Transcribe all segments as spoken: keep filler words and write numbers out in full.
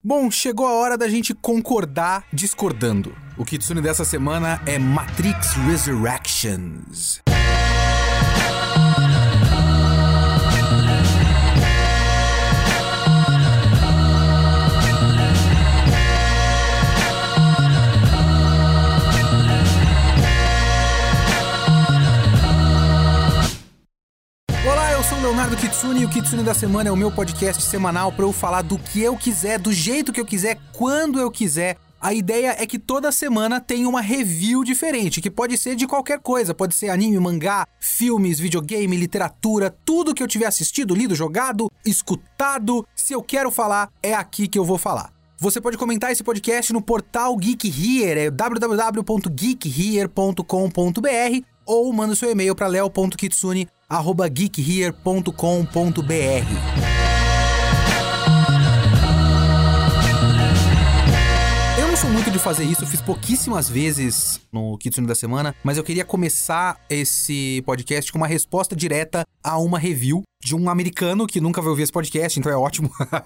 Bom, chegou a hora da gente concordar discordando. O Kitsune dessa semana é Matrix Resurrections. Eu sou o Leonardo Kitsune e o Kitsune da Semana é o meu podcast semanal para eu falar do que eu quiser, do jeito que eu quiser, quando eu quiser. A ideia é que toda semana tem uma review diferente, que pode ser de qualquer coisa, pode ser anime, mangá, filmes, videogame, literatura, tudo que eu tiver assistido, lido, jogado, escutado. Se eu quero falar, é aqui que eu vou falar. Você pode comentar esse podcast no portal Geek Here, é w w w ponto geek here ponto com ponto b r, ou manda seu e-mail para leo ponto kitsune arroba geek here ponto com ponto b r. Eu não sou muito de fazer isso, eu fiz pouquíssimas vezes no Kitsune da Semana, mas eu queria começar esse podcast com uma resposta direta a uma review de um americano que nunca vai ouvir esse podcast, então é ótimo.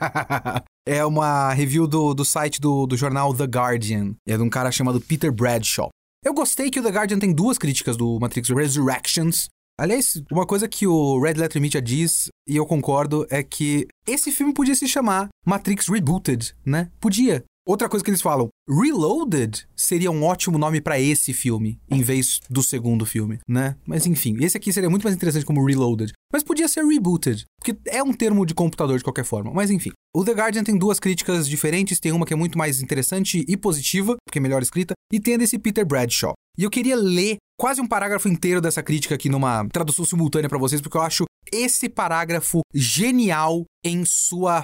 É uma review do, do site do, do jornal The Guardian, é de um cara chamado Peter Bradshaw. Eu gostei que o The Guardian tem duas críticas do Matrix Resurrections. Aliás, uma coisa que o Red Letter Media diz, e eu concordo, é que esse filme podia se chamar Matrix Rebooted, né? Podia. Outra coisa que eles falam, Reloaded seria um ótimo nome pra esse filme, em vez do segundo filme, né? Mas enfim, esse aqui seria muito mais interessante como Reloaded. Mas podia ser Rebooted, porque é um termo de computador de qualquer forma. Mas enfim, o The Guardian tem duas críticas diferentes, tem uma que é muito mais interessante e positiva, porque é melhor escrita, e tem a desse Peter Bradshaw. E eu queria ler quase um parágrafo inteiro dessa crítica aqui numa tradução simultânea pra vocês, porque eu acho esse parágrafo genial em sua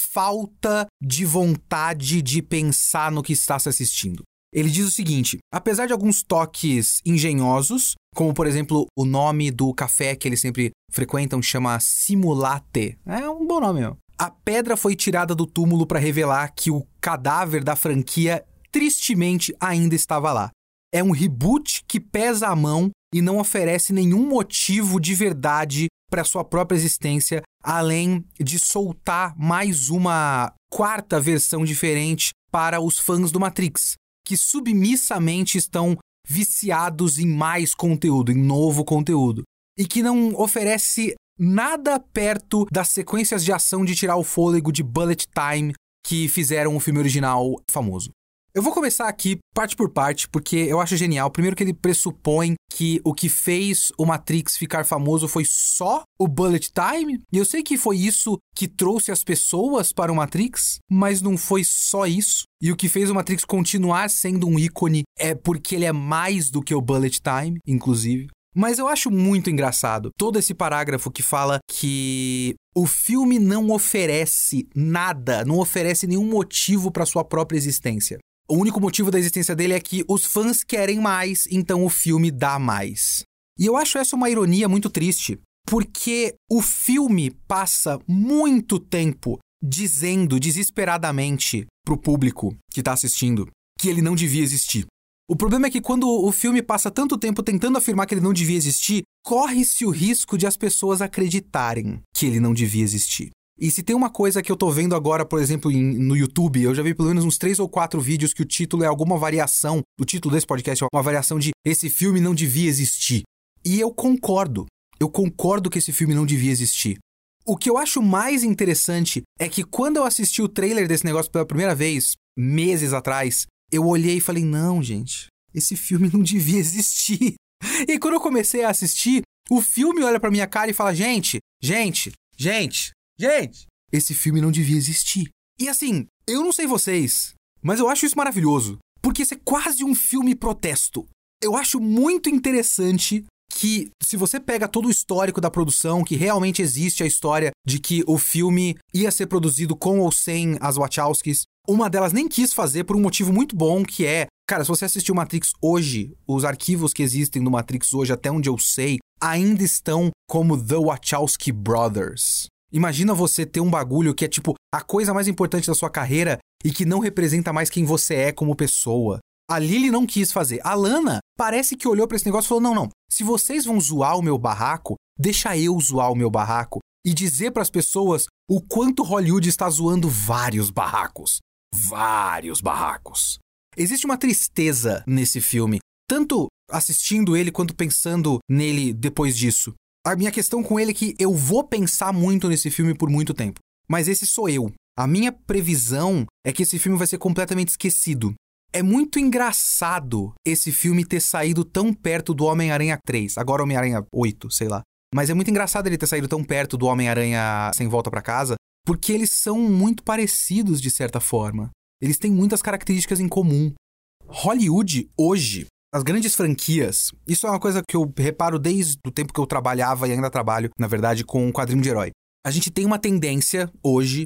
falta de vontade de pensar no que está se assistindo. Ele diz o seguinte: apesar de alguns toques engenhosos, como por exemplo o nome do café que eles sempre frequentam chama Simulate, é um bom nome mesmo. A pedra foi tirada do túmulo para revelar que o cadáver da franquia tristemente ainda estava lá. É um reboot que pesa a mão e não oferece nenhum motivo de verdade para sua própria existência, além de soltar mais uma quarta versão diferente para os fãs do Matrix, que submissamente estão viciados em mais conteúdo, em novo conteúdo, e que não oferece nada perto das sequências de ação de tirar o fôlego de bullet time que fizeram o filme original famoso. Eu vou começar aqui parte por parte, porque eu acho genial. Primeiro que ele pressupõe que o que fez o Matrix ficar famoso foi só o bullet time. E eu sei que foi isso que trouxe as pessoas para o Matrix, mas não foi só isso. E o que fez o Matrix continuar sendo um ícone é porque ele é mais do que o bullet time, inclusive. Mas eu acho muito engraçado todo esse parágrafo que fala que o filme não oferece nada, não oferece nenhum motivo para sua própria existência. O único motivo da existência dele é que os fãs querem mais, então o filme dá mais. E eu acho essa uma ironia muito triste, porque o filme passa muito tempo dizendo desesperadamente pro público que tá assistindo que ele não devia existir. O problema é que quando o filme passa tanto tempo tentando afirmar que ele não devia existir, corre-se o risco de as pessoas acreditarem que ele não devia existir. E se tem uma coisa que eu tô vendo agora, por exemplo, em, no YouTube, eu já vi pelo menos uns três ou quatro vídeos que o título é alguma variação, o título desse podcast é uma variação de esse filme não devia existir. E eu concordo, eu concordo que esse filme não devia existir. O que eu acho mais interessante é que quando eu assisti o trailer desse negócio pela primeira vez, meses atrás, eu olhei e falei, não, gente, esse filme não devia existir. E quando eu comecei a assistir, o filme olha pra minha cara e fala, gente, gente, gente... Gente, esse filme não devia existir. E assim, eu não sei vocês, mas eu acho isso maravilhoso, porque isso é quase um filme protesto. Eu acho muito interessante que, se você pega todo o histórico da produção, que realmente existe a história de que o filme ia ser produzido com ou sem as Wachowskis, uma delas nem quis fazer por um motivo muito bom, que é, cara, se você assistiu Matrix hoje, os arquivos que existem do Matrix hoje, até onde eu sei, ainda estão como The Wachowski Brothers. Imagina você ter um bagulho que é tipo a coisa mais importante da sua carreira e que não representa mais quem você é como pessoa. A Lily não quis fazer. A Lana parece que olhou pra esse negócio e falou, não, não, se vocês vão zoar o meu barraco, deixa eu zoar o meu barraco e dizer pras pessoas o quanto Hollywood está zoando vários barracos. vários barracos. Existe uma tristeza nesse filme, tanto assistindo ele quanto pensando nele depois disso. A minha questão com ele é que eu vou pensar muito nesse filme por muito tempo, mas esse sou eu. A minha previsão é que esse filme vai ser completamente esquecido. É muito engraçado esse filme ter saído tão perto do Homem-Aranha três, agora Homem-Aranha oito, sei lá. Mas é muito engraçado ele ter saído tão perto do Homem-Aranha Sem Volta Pra Casa, porque eles são muito parecidos de certa forma. Eles têm muitas características em comum. Hollywood, hoje, as grandes franquias, isso é uma coisa que eu reparo desde o tempo que eu trabalhava e ainda trabalho, na verdade, com um quadrinho de herói. A gente tem uma tendência, hoje,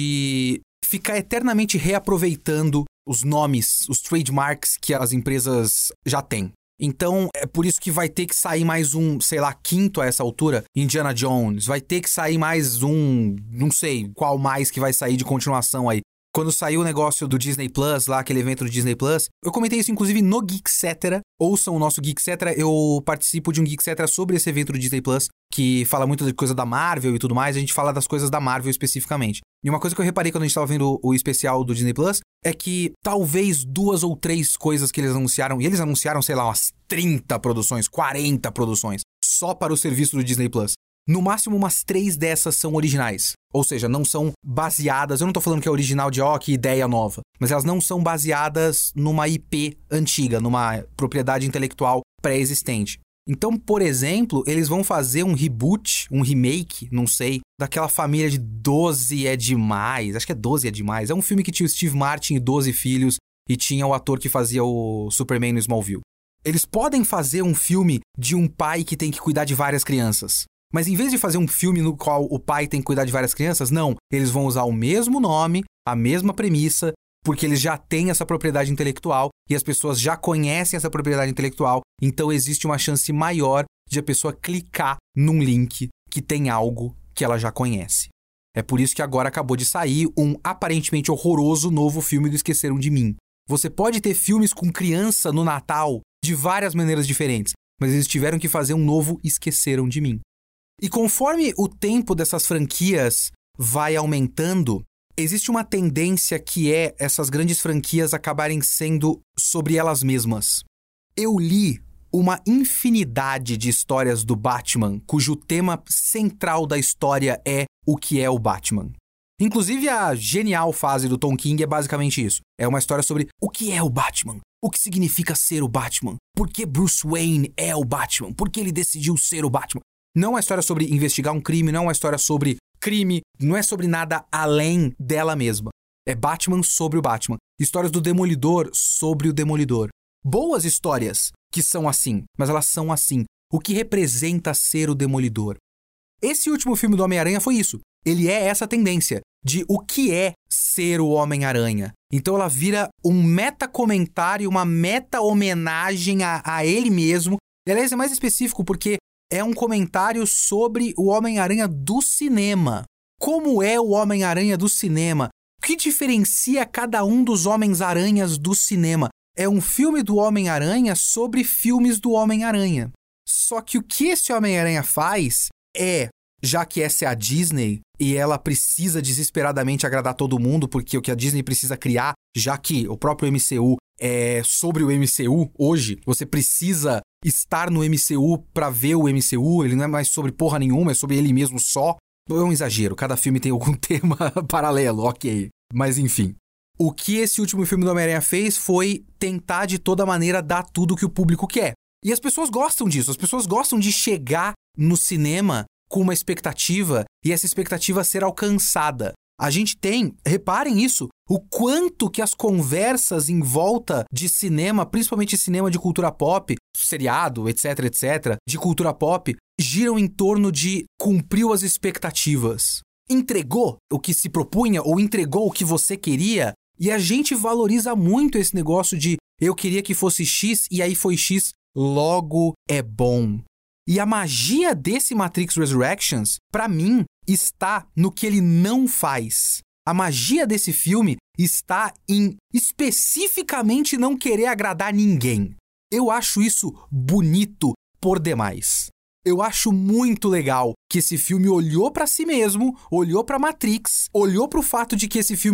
de ficar eternamente reaproveitando os nomes, os trademarks que as empresas já têm. Então, é por isso que vai ter que sair mais um, sei lá, quinto a essa altura, Indiana Jones. Vai ter que sair mais um, não sei qual mais que vai sair de continuação aí. Quando saiu o negócio do Disney Plus, lá, aquele evento do Disney Plus, eu comentei isso, inclusive, no Geekcetera. Ouçam o nosso Geekcetera, eu participo de um Geekcetera sobre esse evento do Disney Plus, que fala muito de coisa da Marvel e tudo mais, a gente fala das coisas da Marvel especificamente. E uma coisa que eu reparei quando a gente tava vendo o especial do Disney Plus, é que talvez duas ou três coisas que eles anunciaram, e eles anunciaram, sei lá, umas trinta produções, quarenta produções, só para o serviço do Disney Plus. No máximo, umas três dessas são originais. Ou seja, não são baseadas... Eu não tô falando que é original de, ó, que ideia nova. Mas elas não são baseadas numa I P antiga, numa propriedade intelectual pré-existente. Então, por exemplo, eles vão fazer um reboot, um remake, não sei, daquela família de doze é demais. Acho que é doze é demais. É um filme que tinha o Steve Martin e doze filhos e tinha o ator que fazia o Superman no Smallville. Eles podem fazer um filme de um pai que tem que cuidar de várias crianças. Mas em vez de fazer um filme no qual o pai tem que cuidar de várias crianças, não. Eles vão usar o mesmo nome, a mesma premissa, porque eles já têm essa propriedade intelectual e as pessoas já conhecem essa propriedade intelectual, então existe uma chance maior de a pessoa clicar num link que tem algo que ela já conhece. É por isso que agora acabou de sair um aparentemente horroroso novo filme do Esqueceram de Mim. Você pode ter filmes com criança no Natal de várias maneiras diferentes, mas eles tiveram que fazer um novo Esqueceram de Mim. E conforme o tempo dessas franquias vai aumentando, existe uma tendência que é essas grandes franquias acabarem sendo sobre elas mesmas. Eu li uma infinidade de histórias do Batman, cujo tema central da história é o que é o Batman. Inclusive, a genial fase do Tom King é basicamente isso. É uma história sobre o que é o Batman, o que significa ser o Batman, por que Bruce Wayne é o Batman, por que ele decidiu ser o Batman. Não é uma história sobre investigar um crime, não é uma história sobre crime, não é sobre nada além dela mesma. É Batman sobre o Batman. Histórias do Demolidor sobre o Demolidor. Boas histórias que são assim, mas elas são assim. O que representa ser o Demolidor? Esse último filme do Homem-Aranha foi isso. Ele é essa tendência de o que é ser o Homem-Aranha. Então ela vira um meta-comentário, uma meta-homenagem a, a ele mesmo. E, aliás, é mais específico porque é um comentário sobre o Homem-Aranha do cinema. Como é o Homem-Aranha do cinema? O que diferencia cada um dos Homens-Aranhas do cinema? É um filme do Homem-Aranha sobre filmes do Homem-Aranha. Só que o que esse Homem-Aranha faz é, já que essa é a Disney e ela precisa desesperadamente agradar todo mundo, porque o que a Disney precisa criar, já que o próprio M C U é sobre o M C U hoje, você precisa estar no M C U pra ver o M C U, ele não é mais sobre porra nenhuma, é sobre ele mesmo só. É um exagero, cada filme tem algum tema paralelo, ok. Mas enfim. O que esse último filme do Homem-Aranha fez foi tentar de toda maneira dar tudo que o público quer. E as pessoas gostam disso, as pessoas gostam de chegar no cinema com uma expectativa e essa expectativa ser alcançada. A gente tem, reparem isso, o quanto que as conversas em volta de cinema, principalmente cinema de cultura pop, seriado, etc, etc, de cultura pop, giram em torno de cumpriu as expectativas. Entregou o que se propunha ou entregou o que você queria? E a gente valoriza muito esse negócio de eu queria que fosse X e aí foi X, logo é bom. E a magia desse Matrix Resurrections, pra mim, está no que ele não faz. A magia desse filme está em especificamente não querer agradar ninguém. Eu acho isso bonito por demais. Eu acho muito legal que esse filme olhou pra si mesmo, olhou pra Matrix, olhou pro fato de que esse filme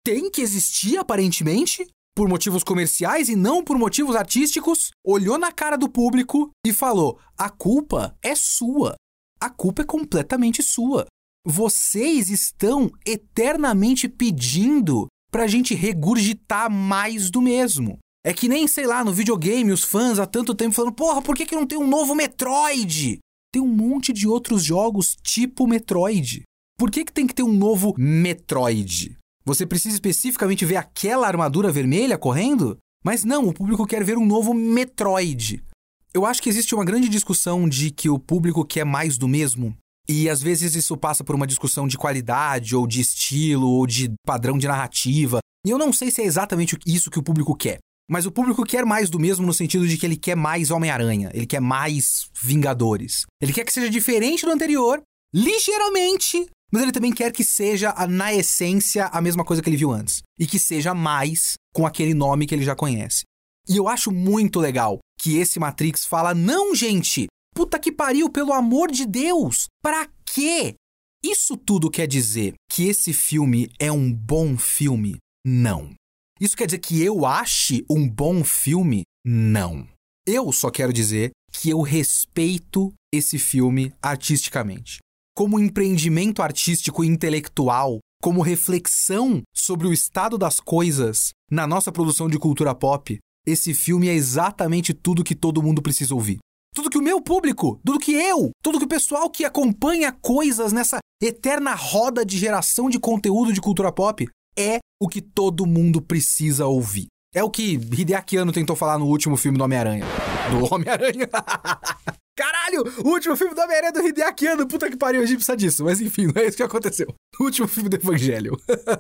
tem que existir, aparentemente, por motivos comerciais e não por motivos artísticos, olhou na cara do público e falou: a culpa é sua. A culpa é completamente sua. Vocês estão eternamente pedindo pra gente regurgitar mais do mesmo. É que nem, sei lá, no videogame, os fãs há tanto tempo falando: porra, por que que não tem um novo Metroid? Tem um monte de outros jogos tipo Metroid. Por que que tem que ter um novo Metroid? Você precisa especificamente ver aquela armadura vermelha correndo? Mas não, o público quer ver um novo Metroid. Eu acho que existe uma grande discussão de que o público quer mais do mesmo. E às vezes isso passa por uma discussão de qualidade, ou de estilo, ou de padrão de narrativa. E eu não sei se é exatamente isso que o público quer. Mas o público quer mais do mesmo no sentido de que ele quer mais Homem-Aranha. Ele quer mais Vingadores. Ele quer que seja diferente do anterior, ligeiramente, mas ele também quer que seja, na essência, a mesma coisa que ele viu antes. E que seja mais com aquele nome que ele já conhece. E eu acho muito legal que esse Matrix fala: não, gente, puta que pariu, pelo amor de Deus, pra quê? Isso tudo quer dizer que esse filme é um bom filme? Não. Isso quer dizer que eu ache um bom filme? Não. Eu só quero dizer que eu respeito esse filme artisticamente. Como empreendimento artístico e intelectual, como reflexão sobre o estado das coisas na nossa produção de cultura pop, esse filme é exatamente tudo que todo mundo precisa ouvir. Tudo que o meu público, tudo que eu, tudo que o pessoal que acompanha coisas nessa eterna roda de geração de conteúdo de cultura pop é o que todo mundo precisa ouvir. É o que Hideaki Anno tentou falar no último filme do Homem-Aranha. Do Homem-Aranha? Caralho! O último filme do Homem-Aranha do Hideaki Anno, puta que pariu, a gente precisa disso. Mas enfim, não é isso que aconteceu. O último filme do Evangelho.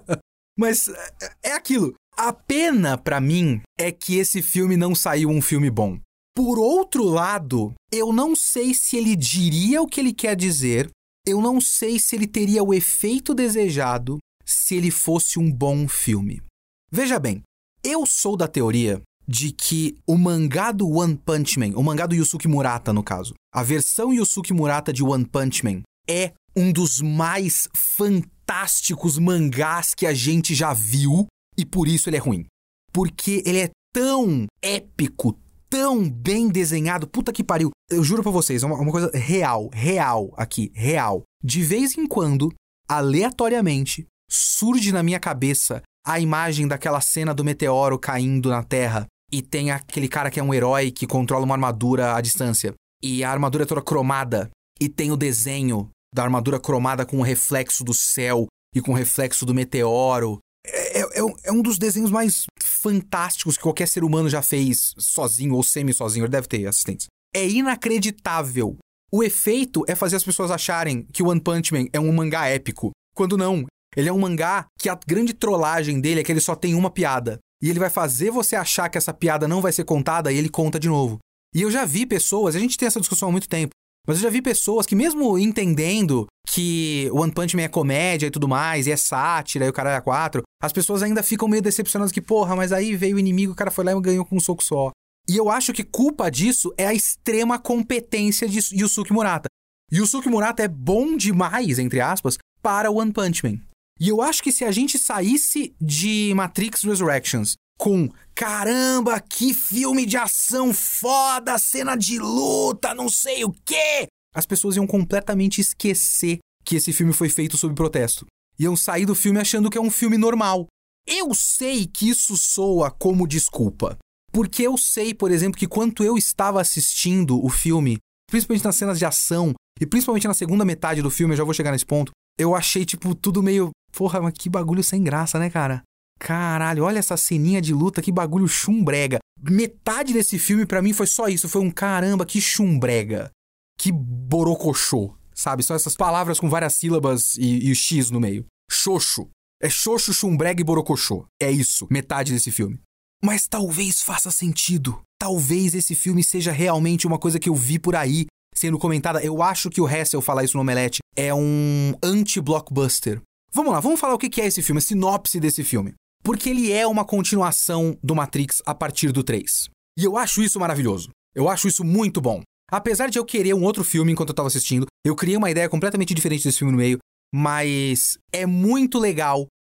Mas é aquilo. A pena pra mim é que esse filme não saiu um filme bom. Por outro lado, eu não sei se ele diria o que ele quer dizer, eu não sei se ele teria o efeito desejado se ele fosse um bom filme. Veja bem, eu sou da teoria de que o mangá do One Punch Man, o mangá do Yusuke Murata, no caso, a versão Yusuke Murata de One Punch Man é um dos mais fantásticos mangás que a gente já viu e por isso ele é ruim. Porque ele é tão épico, tão bem desenhado, puta que pariu. Eu juro pra vocês, é uma, uma coisa real, real aqui, real. De vez em quando, aleatoriamente, surge na minha cabeça a imagem daquela cena do meteoro caindo na Terra e tem aquele cara que é um herói que controla uma armadura à distância. E a armadura é toda cromada e tem o desenho da armadura cromada com o reflexo do céu e com o reflexo do meteoro. É, é, é um dos desenhos mais fantásticos que qualquer ser humano já fez sozinho ou semi-sozinho. Ele deve ter assistentes. É inacreditável. O efeito é fazer as pessoas acharem que o One Punch Man é um mangá épico, quando não. Ele é um mangá que a grande trollagem dele é que ele só tem uma piada. E ele vai fazer você achar que essa piada não vai ser contada e ele conta de novo. E eu já vi pessoas, a gente tem essa discussão há muito tempo, mas eu já vi pessoas que mesmo entendendo que One Punch Man é comédia e tudo mais, e é sátira e o cara é quatro, as pessoas ainda ficam meio decepcionadas que, porra, mas aí veio o inimigo, o cara foi lá e ganhou com um soco só. E eu acho que culpa disso é a extrema competência de Yusuke Murata. Yusuke Murata é bom demais, entre aspas, para One Punch Man. E eu acho que se a gente saísse de Matrix Resurrections com caramba, que filme de ação foda, cena de luta, não sei o quê, as pessoas iam completamente esquecer que esse filme foi feito sob protesto. Iam sair do filme achando que é um filme normal. Eu sei que isso soa como desculpa. Porque eu sei, por exemplo, que quando eu estava assistindo o filme, principalmente nas cenas de ação, e principalmente na segunda metade do filme, eu já vou chegar nesse ponto, eu achei, tipo, tudo meio... Porra, mas que bagulho sem graça, né, cara? Caralho, olha essa ceninha de luta, que bagulho chumbrega. Metade desse filme, pra mim, foi só isso. Foi um caramba, que chumbrega. Que borocochô, sabe? São essas palavras com várias sílabas e, e o X no meio. Xoxo. É xoxo, chumbrega e borocochô. É isso, metade desse filme. Mas talvez faça sentido. Talvez esse filme seja realmente uma coisa que eu vi por aí sendo comentada. Eu acho que o Hessel falar isso no Omelete é um anti-blockbuster. Vamos lá, vamos falar o que é esse filme, a sinopse desse filme. Porque ele é uma continuação do Matrix a partir do três. E eu acho isso maravilhoso. Eu acho isso muito bom. Apesar de eu querer um outro filme enquanto eu tava assistindo, eu criei uma ideia completamente diferente desse filme no meio, mas é muito legal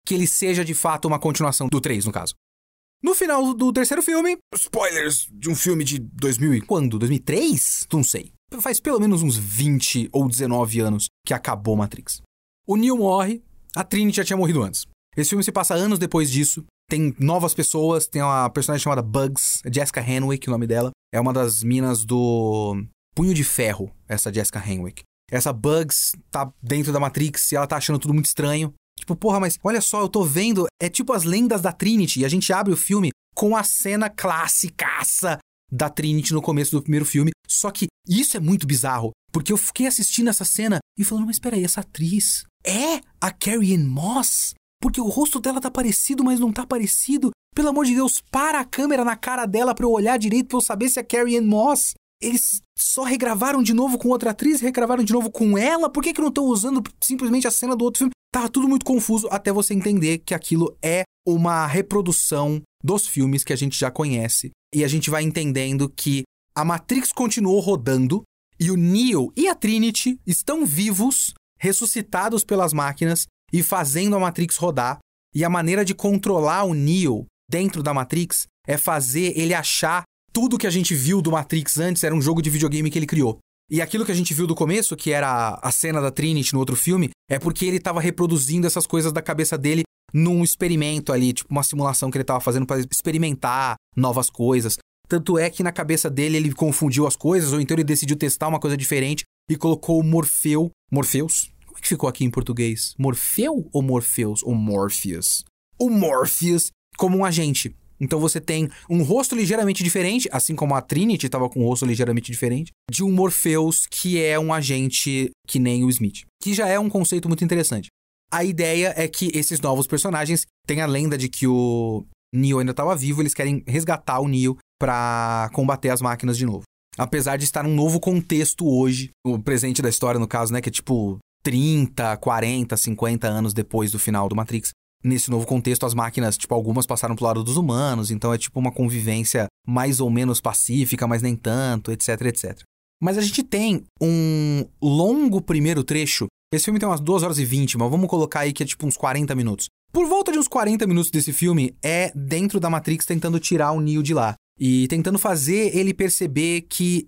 que ele seja de fato uma continuação do três, no caso. No final do terceiro filme, spoilers de um filme de dois mil e quando? dois mil e três? Não sei. Faz pelo menos uns vinte ou dezenove anos que acabou Matrix. O Neo morre, a Trinity já tinha morrido antes. Esse filme se passa anos depois disso. Tem novas pessoas, tem uma personagem chamada Bugs, Jessica Henwick, o nome dela. É uma das minas do Punho de Ferro, essa Jessica Henwick. Essa Bugs tá dentro da Matrix e ela tá achando tudo muito estranho. Tipo, porra, mas olha só, eu tô vendo, é tipo as lendas da Trinity, e a gente abre o filme com a cena classicaça da Trinity no começo do primeiro filme. Só que isso é muito bizarro, porque eu fiquei assistindo essa cena e falando, mas peraí, essa atriz é a Carrie-Anne Moss? Porque o rosto dela tá parecido, mas não tá parecido. Pelo amor de Deus, para a câmera na cara dela pra eu olhar direito, pra eu saber se é Carrie-Anne Moss. Eles só regravaram de novo com outra atriz, regravaram de novo com ela? Por que que não estão usando simplesmente a cena do outro filme? Tava tudo muito confuso até você entender que aquilo é uma reprodução dos filmes que a gente já conhece. E a gente vai entendendo que a Matrix continuou rodando e o Neo e a Trinity estão vivos, ressuscitados pelas máquinas e fazendo a Matrix rodar. E a maneira de controlar o Neo dentro da Matrix é fazer ele achar tudo que a gente viu do Matrix antes era um jogo de videogame que ele criou. E aquilo que a gente viu do começo, que era a cena da Trinity no outro filme, é porque ele estava reproduzindo essas coisas da cabeça dele num experimento ali, tipo uma simulação que ele estava fazendo para experimentar novas coisas. Tanto é que na cabeça dele ele confundiu as coisas, ou então ele decidiu testar uma coisa diferente e colocou o Morfeu... Morpheus? Como é que ficou aqui em português? Morfeu ou Morpheus? Ou Morpheus? O Morpheus como um agente. Então você tem um rosto ligeiramente diferente, assim como a Trinity estava com um rosto ligeiramente diferente, de um Morpheus que é um agente que nem o Smith. Que já é um conceito muito interessante. A ideia é que esses novos personagens têm a lenda de que o Neo ainda estava vivo, eles querem resgatar o Neo para combater as máquinas de novo. Apesar de estar num novo contexto hoje, o presente da história no caso, né, que é tipo trinta, quarenta, cinquenta anos depois do final do Matrix. Nesse novo contexto, as máquinas, tipo, algumas passaram pro lado dos humanos, então é tipo uma convivência mais ou menos pacífica, mas nem tanto, etc, etcétera. Mas a gente tem um longo primeiro trecho. Esse filme tem umas duas horas e vinte, mas vamos colocar aí que é tipo uns quarenta minutos. Por volta de uns quarenta minutos desse filme, é dentro da Matrix tentando tirar o Neo de lá. E tentando fazer ele perceber que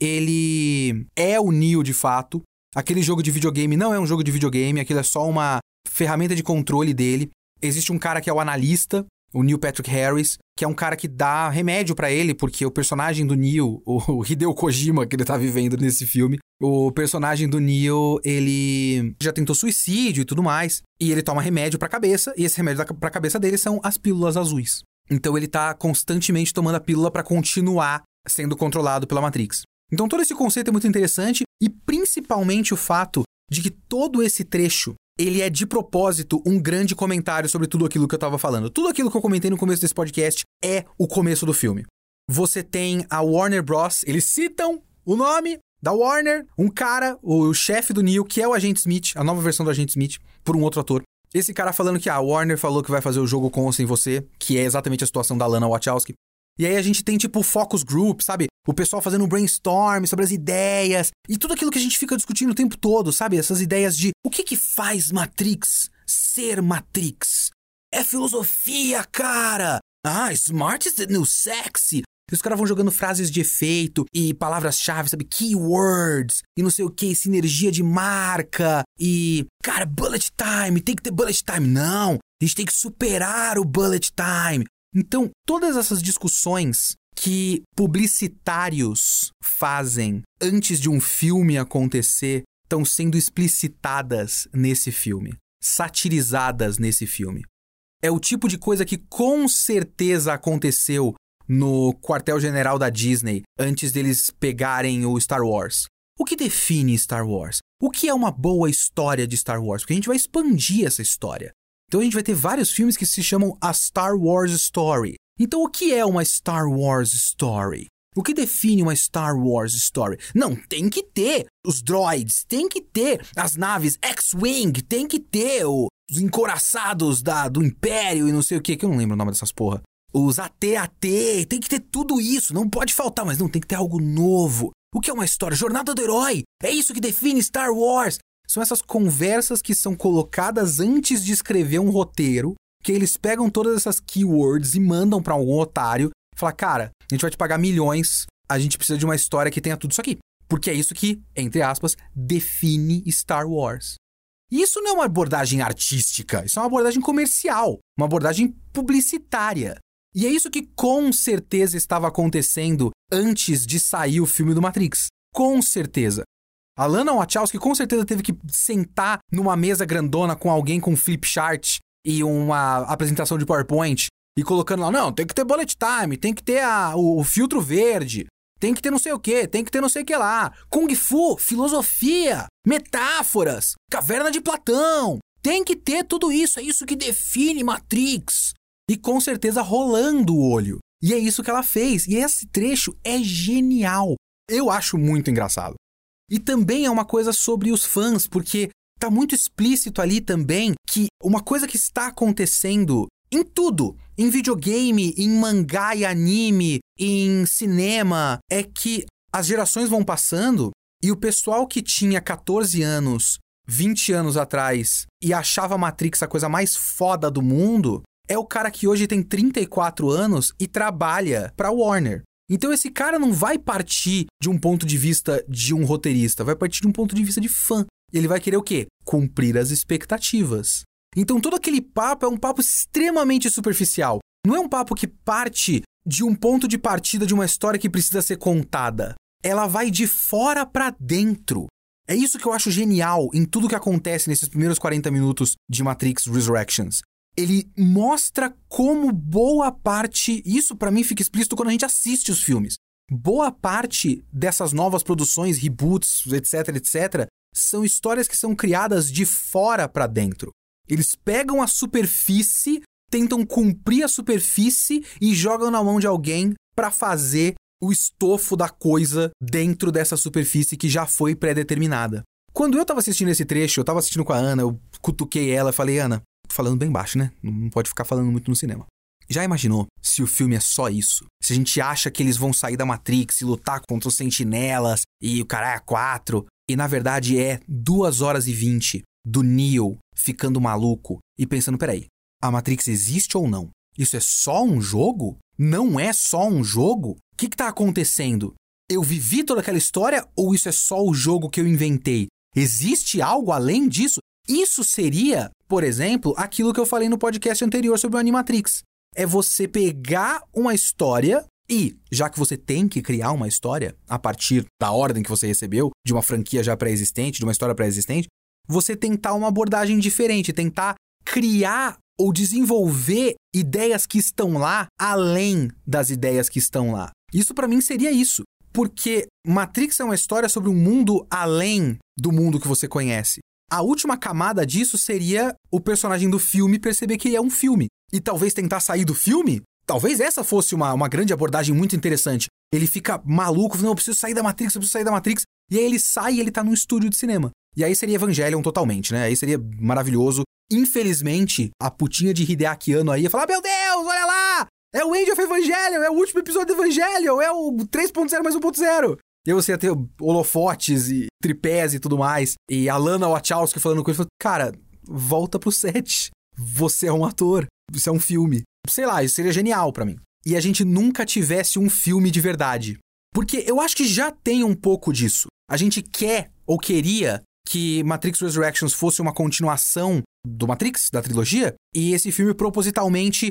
ele é o Neo de fato. Aquele jogo de videogame não é um jogo de videogame, aquilo é só uma ferramenta de controle dele. Existe um cara que é o analista, o Neil Patrick Harris, que é um cara que dá remédio pra ele, porque o personagem do Neo, o Hideo Kojima, que ele tá vivendo nesse filme, o personagem do Neo, ele já tentou suicídio e tudo mais, e ele toma remédio pra cabeça, e esse remédio pra cabeça dele são as pílulas azuis. Então ele tá constantemente tomando a pílula pra continuar sendo controlado pela Matrix. Então todo esse conceito é muito interessante, e principalmente o fato de que todo esse trecho ele é de propósito um grande comentário sobre tudo aquilo que eu tava falando. Tudo aquilo que eu comentei no começo desse podcast é o começo do filme. Você tem a Warner Bros. Eles citam o nome da Warner, um cara, o chefe do Neo, que é o Agente Smith, a nova versão do Agente Smith, por um outro ator. Esse cara falando que ah, a Warner falou que vai fazer o jogo com ou sem você, que é exatamente a situação da Lana Wachowski. E aí a gente tem tipo o focus group, sabe? O pessoal fazendo um brainstorm sobre as ideias e tudo aquilo que a gente fica discutindo o tempo todo, sabe? Essas ideias de o que que faz Matrix ser Matrix? É filosofia, cara! Ah, smart is the new sexy! E os caras vão jogando frases de efeito e palavras-chave, sabe? Keywords e não sei o que, sinergia de marca e... Cara, bullet time, tem que ter bullet time. Não, a gente tem que superar o bullet time. Então, todas essas discussões que publicitários fazem antes de um filme acontecer estão sendo explicitadas nesse filme, satirizadas nesse filme. É o tipo de coisa que com certeza aconteceu no quartel-general da Disney antes deles pegarem o Star Wars. O que define Star Wars? O que é uma boa história de Star Wars? Porque a gente vai expandir essa história. Então a gente vai ter vários filmes que se chamam a Star Wars Story. Então o que é uma Star Wars Story? O que define uma Star Wars Story? Não, tem que ter os droids, tem que ter as naves X-Wing, tem que ter o, os encouraçados da, do Império e não sei o que, que eu não lembro o nome dessas porra. Os A T A T, tem que ter tudo isso, não pode faltar, mas não, tem que ter algo novo. O que é uma história? Jornada do Herói, é isso que define Star Wars. São essas conversas que são colocadas antes de escrever um roteiro, que eles pegam todas essas keywords e mandam pra algum otário e falam, cara, a gente vai te pagar milhões, a gente precisa de uma história que tenha tudo isso aqui. Porque é isso que, entre aspas, define Star Wars. E isso não é uma abordagem artística, isso é uma abordagem comercial, uma abordagem publicitária. E é isso que com certeza estava acontecendo antes de sair o filme do Matrix. Com certeza. A Lana Wachowski com certeza teve que sentar numa mesa grandona com alguém com flip chart e uma apresentação de PowerPoint e colocando lá, não, tem que ter bullet time, tem que ter a, o, o filtro verde, tem que ter não sei o que, tem que ter não sei o que lá. Kung Fu, filosofia, metáforas, caverna de Platão. Tem que ter tudo isso, é isso que define Matrix. E com certeza rolando o olho. E é isso que ela fez. E esse trecho é genial. Eu acho muito engraçado. E também é uma coisa sobre os fãs, porque tá muito explícito ali também que uma coisa que está acontecendo em tudo, em videogame, em mangá e anime, em cinema, é que as gerações vão passando e o pessoal que tinha catorze anos, vinte anos atrás e achava Matrix a coisa mais foda do mundo, é o cara que hoje tem trinta e quatro anos e trabalha pra Warner. Então esse cara não vai partir de um ponto de vista de um roteirista, vai partir de um ponto de vista de fã. Ele vai querer o quê? Cumprir as expectativas. Então todo aquele papo é um papo extremamente superficial. Não é um papo que parte de um ponto de partida de uma história que precisa ser contada. Ela vai de fora pra dentro. É isso que eu acho genial em tudo que acontece nesses primeiros quarenta minutos de Matrix Resurrections. Ele mostra como boa parte, isso pra mim fica explícito quando a gente assiste os filmes, boa parte dessas novas produções, reboots, etc, etc, são histórias que são criadas de fora pra dentro. Eles pegam a superfície, tentam cumprir a superfície e jogam na mão de alguém pra fazer o estofo da coisa dentro dessa superfície que já foi pré-determinada. Quando eu tava assistindo esse trecho, eu tava assistindo com a Ana, eu cutuquei ela e falei, Ana, tô falando bem baixo, né? Não pode ficar falando muito no cinema. Já imaginou se o filme é só isso? Se a gente acha que eles vão sair da Matrix e lutar contra os sentinelas e o caralho quatro, e na verdade é duas horas e vinte do Neo ficando maluco e pensando, peraí, a Matrix existe ou não? Isso é só um jogo? Não é só um jogo? O que que tá acontecendo? Eu vivi toda aquela história ou isso é só o jogo que eu inventei? Existe algo além disso? Isso seria, por exemplo, aquilo que eu falei no podcast anterior sobre o Animatrix. É você pegar uma história e, já que você tem que criar uma história a partir da ordem que você recebeu, de uma franquia já pré-existente, de uma história pré-existente, você tentar uma abordagem diferente, tentar criar ou desenvolver ideias que estão lá além das ideias que estão lá. Isso pra mim seria isso. Porque Matrix é uma história sobre um mundo além do mundo que você conhece. A última camada disso seria o personagem do filme perceber que ele é um filme. E talvez tentar sair do filme? Talvez essa fosse uma, uma grande abordagem muito interessante. Ele fica maluco, não, eu preciso sair da Matrix, eu preciso sair da Matrix. E aí ele sai e ele tá num estúdio de cinema. E aí seria Evangelion totalmente, né? Aí seria maravilhoso. Infelizmente, a putinha de Hideaki Anno aí ia falar, meu Deus, olha lá! É o Age of Evangelion, é o último episódio do Evangelion, é o três ponto zero mais um ponto zero. E aí você ia ter holofotes e tripés e tudo mais. E a Lana Wachowski falando com ele, falando, cara, volta pro set. Você é um ator, isso é um filme. Sei lá, isso seria genial pra mim. E a gente nunca tivesse um filme de verdade. Porque eu acho que já tem um pouco disso. A gente quer ou queria que Matrix Resurrections fosse uma continuação do Matrix, da trilogia, e esse filme propositalmente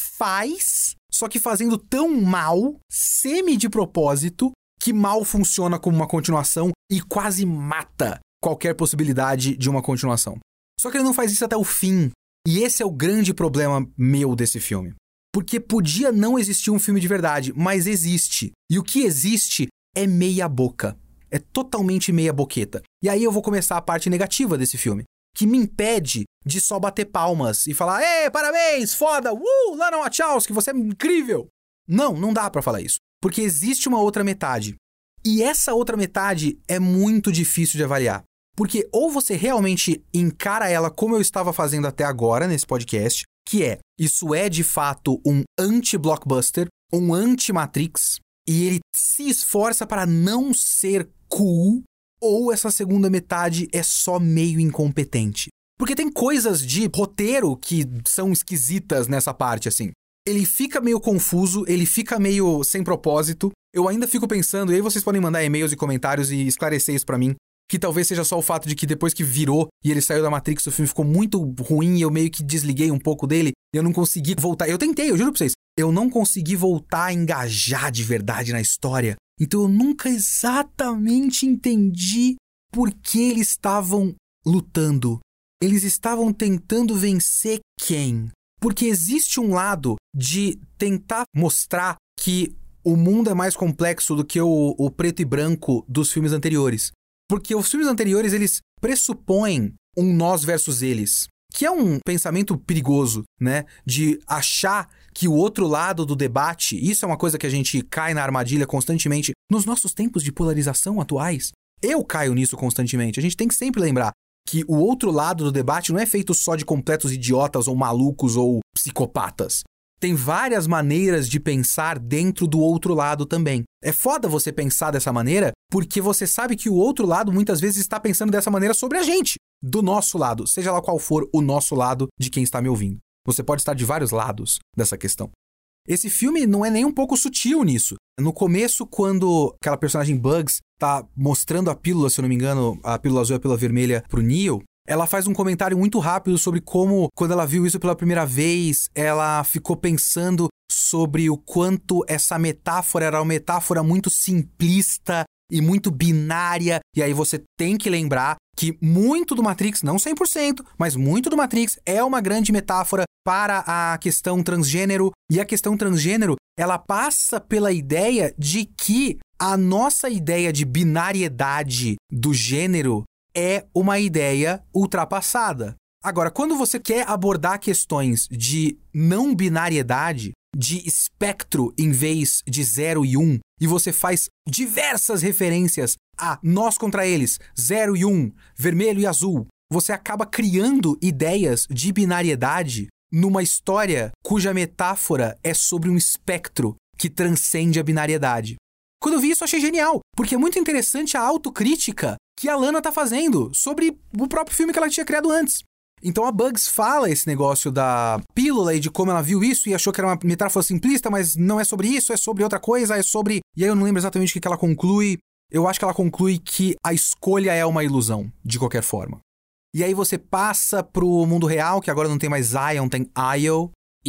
faz, só que fazendo tão mal, semi de propósito, que mal funciona como uma continuação e quase mata qualquer possibilidade de uma continuação. Só que ele não faz isso até o fim. E esse é o grande problema meu desse filme. Porque podia não existir um filme de verdade, mas existe. E o que existe é meia boca. É totalmente meia boqueta. E aí eu vou começar a parte negativa desse filme, que me impede de só bater palmas e falar, ê, parabéns, foda, uh, Lana Wachowski, você é incrível. Não, não dá pra falar isso. Porque existe uma outra metade. E essa outra metade é muito difícil de avaliar. Porque ou você realmente encara ela como eu estava fazendo até agora nesse podcast, que é, isso é de fato um anti-blockbuster, um anti-Matrix, e ele se esforça para não ser cool, ou essa segunda metade é só meio incompetente. Porque tem coisas de roteiro que são esquisitas nessa parte, assim. Ele fica meio confuso, ele fica meio sem propósito. Eu ainda fico pensando, e aí vocês podem mandar e-mails e comentários e esclarecer isso pra mim, que talvez seja só o fato de que depois que virou e ele saiu da Matrix, o filme ficou muito ruim e eu meio que desliguei um pouco dele e eu não consegui voltar. Eu tentei, eu juro pra vocês. Eu não consegui voltar a engajar de verdade na história. Então eu nunca exatamente entendi por que eles estavam lutando. Eles estavam tentando vencer quem? Porque existe um lado de tentar mostrar que o mundo é mais complexo do que o, o preto e branco dos filmes anteriores. Porque os filmes anteriores, eles pressupõem um nós versus eles, que é um pensamento perigoso, né? De achar que o outro lado do debate, isso é uma coisa que a gente cai na armadilha constantemente nos nossos tempos de polarização atuais. Eu caio nisso constantemente. A gente tem que sempre lembrar que o outro lado do debate não é feito só de completos idiotas ou malucos ou psicopatas. Tem várias maneiras de pensar dentro do outro lado também. É foda você pensar dessa maneira porque você sabe que o outro lado muitas vezes está pensando dessa maneira sobre a gente, do nosso lado, seja lá qual for o nosso lado de quem está me ouvindo. Você pode estar de vários lados dessa questão. Esse filme não é nem um pouco sutil nisso. No começo, quando aquela personagem Bugs tá mostrando a pílula, se eu não me engano, a pílula azul e a pílula vermelha pro Neo, ela faz um comentário muito rápido sobre como, quando ela viu isso pela primeira vez, ela ficou pensando sobre o quanto essa metáfora era uma metáfora muito simplista e muito binária. E aí você tem que lembrar que muito do Matrix, não cem por cento, mas muito do Matrix é uma grande metáfora para a questão transgênero. E a questão transgênero, ela passa pela ideia de que a nossa ideia de binariedade do gênero é uma ideia ultrapassada. Agora, quando você quer abordar questões de não binariedade, de espectro em vez de zero e um, e você faz diversas referências a nós contra eles, zero e um, vermelho e azul, você acaba criando ideias de binariedade numa história cuja metáfora é sobre um espectro que transcende a binariedade. Quando eu vi isso, eu achei genial, porque é muito interessante a autocrítica que a Lana tá fazendo sobre o próprio filme que ela tinha criado antes. Então a Bugs fala esse negócio da pílula e de como ela viu isso e achou que era uma metáfora simplista, mas não é sobre isso, é sobre outra coisa, é sobre... E aí eu não lembro exatamente o que ela conclui. Eu acho que ela conclui que a escolha é uma ilusão, de qualquer forma. E aí você passa pro mundo real, que agora não tem mais Zion, tem Io.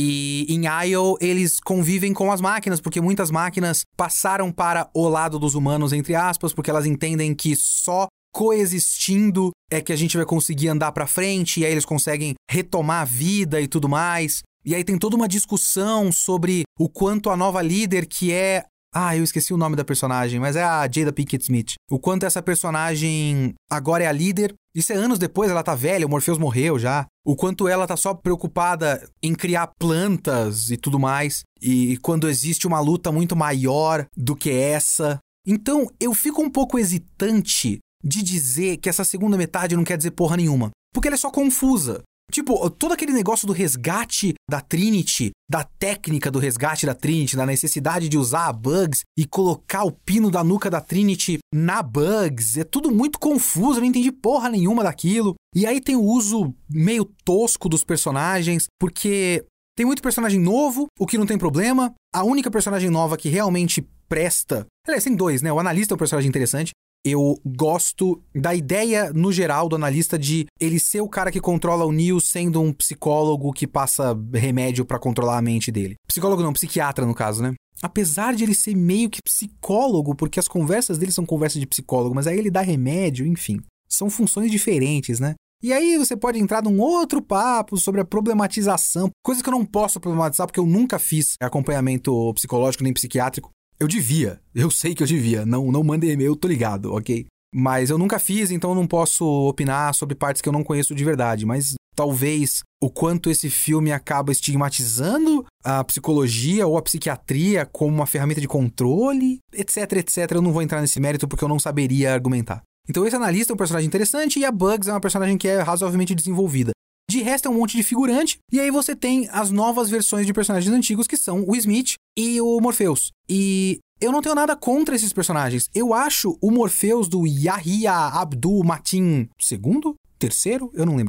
E em Io eles convivem com as máquinas, porque muitas máquinas passaram para o lado dos humanos, entre aspas, porque elas entendem que só coexistindo é que a gente vai conseguir andar pra frente, e aí eles conseguem retomar a vida e tudo mais. E aí tem toda uma discussão sobre o quanto a nova líder, que é... Ah, eu esqueci o nome da personagem, mas é a Jada Pinkett Smith. O quanto essa personagem agora é a líder. Isso é anos depois, ela tá velha, o Morpheus morreu já. O quanto ela tá só preocupada em criar plantas e tudo mais. E quando existe uma luta muito maior do que essa. Então, eu fico um pouco hesitante de dizer que essa segunda metade não quer dizer porra nenhuma. Porque ela é só confusa. Tipo, todo aquele negócio do resgate da Trinity, da técnica do resgate da Trinity, da necessidade de usar a Bugs e colocar o pino da nuca da Trinity na Bugs, é tudo muito confuso, eu não entendi porra nenhuma daquilo. E aí tem o uso meio tosco dos personagens, porque tem muito personagem novo, o que não tem problema. A única personagem nova que realmente presta... Aliás, tem dois, né? O analista é um personagem interessante. Eu gosto da ideia, no geral, do analista de ele ser o cara que controla o Neo sendo um psicólogo que passa remédio pra controlar a mente dele. Psicólogo não, psiquiatra no caso, né? Apesar de ele ser meio que psicólogo, porque as conversas dele são conversas de psicólogo, mas aí ele dá remédio, enfim. São funções diferentes, né? E aí você pode entrar num outro papo sobre a problematização, coisas que eu não posso problematizar porque eu nunca fiz acompanhamento psicológico nem psiquiátrico. Eu devia, eu sei que eu devia, não, não mandem e-mail, eu tô ligado, ok? Mas eu nunca fiz, então eu não posso opinar sobre partes que eu não conheço de verdade, mas talvez o quanto esse filme acaba estigmatizando a psicologia ou a psiquiatria como uma ferramenta de controle, etc, etcétera. Eu não vou entrar nesse mérito porque eu não saberia argumentar. Então esse analista é um personagem interessante e a Bugs é uma personagem que é razoavelmente desenvolvida. De resto é um monte de figurante, e aí você tem as novas versões de personagens antigos, que são o Smith e o Morpheus. E eu não tenho nada contra esses personagens. Eu acho o Morpheus do Yahya Abdul Mateen segundo? Terceiro? Eu não lembro agora.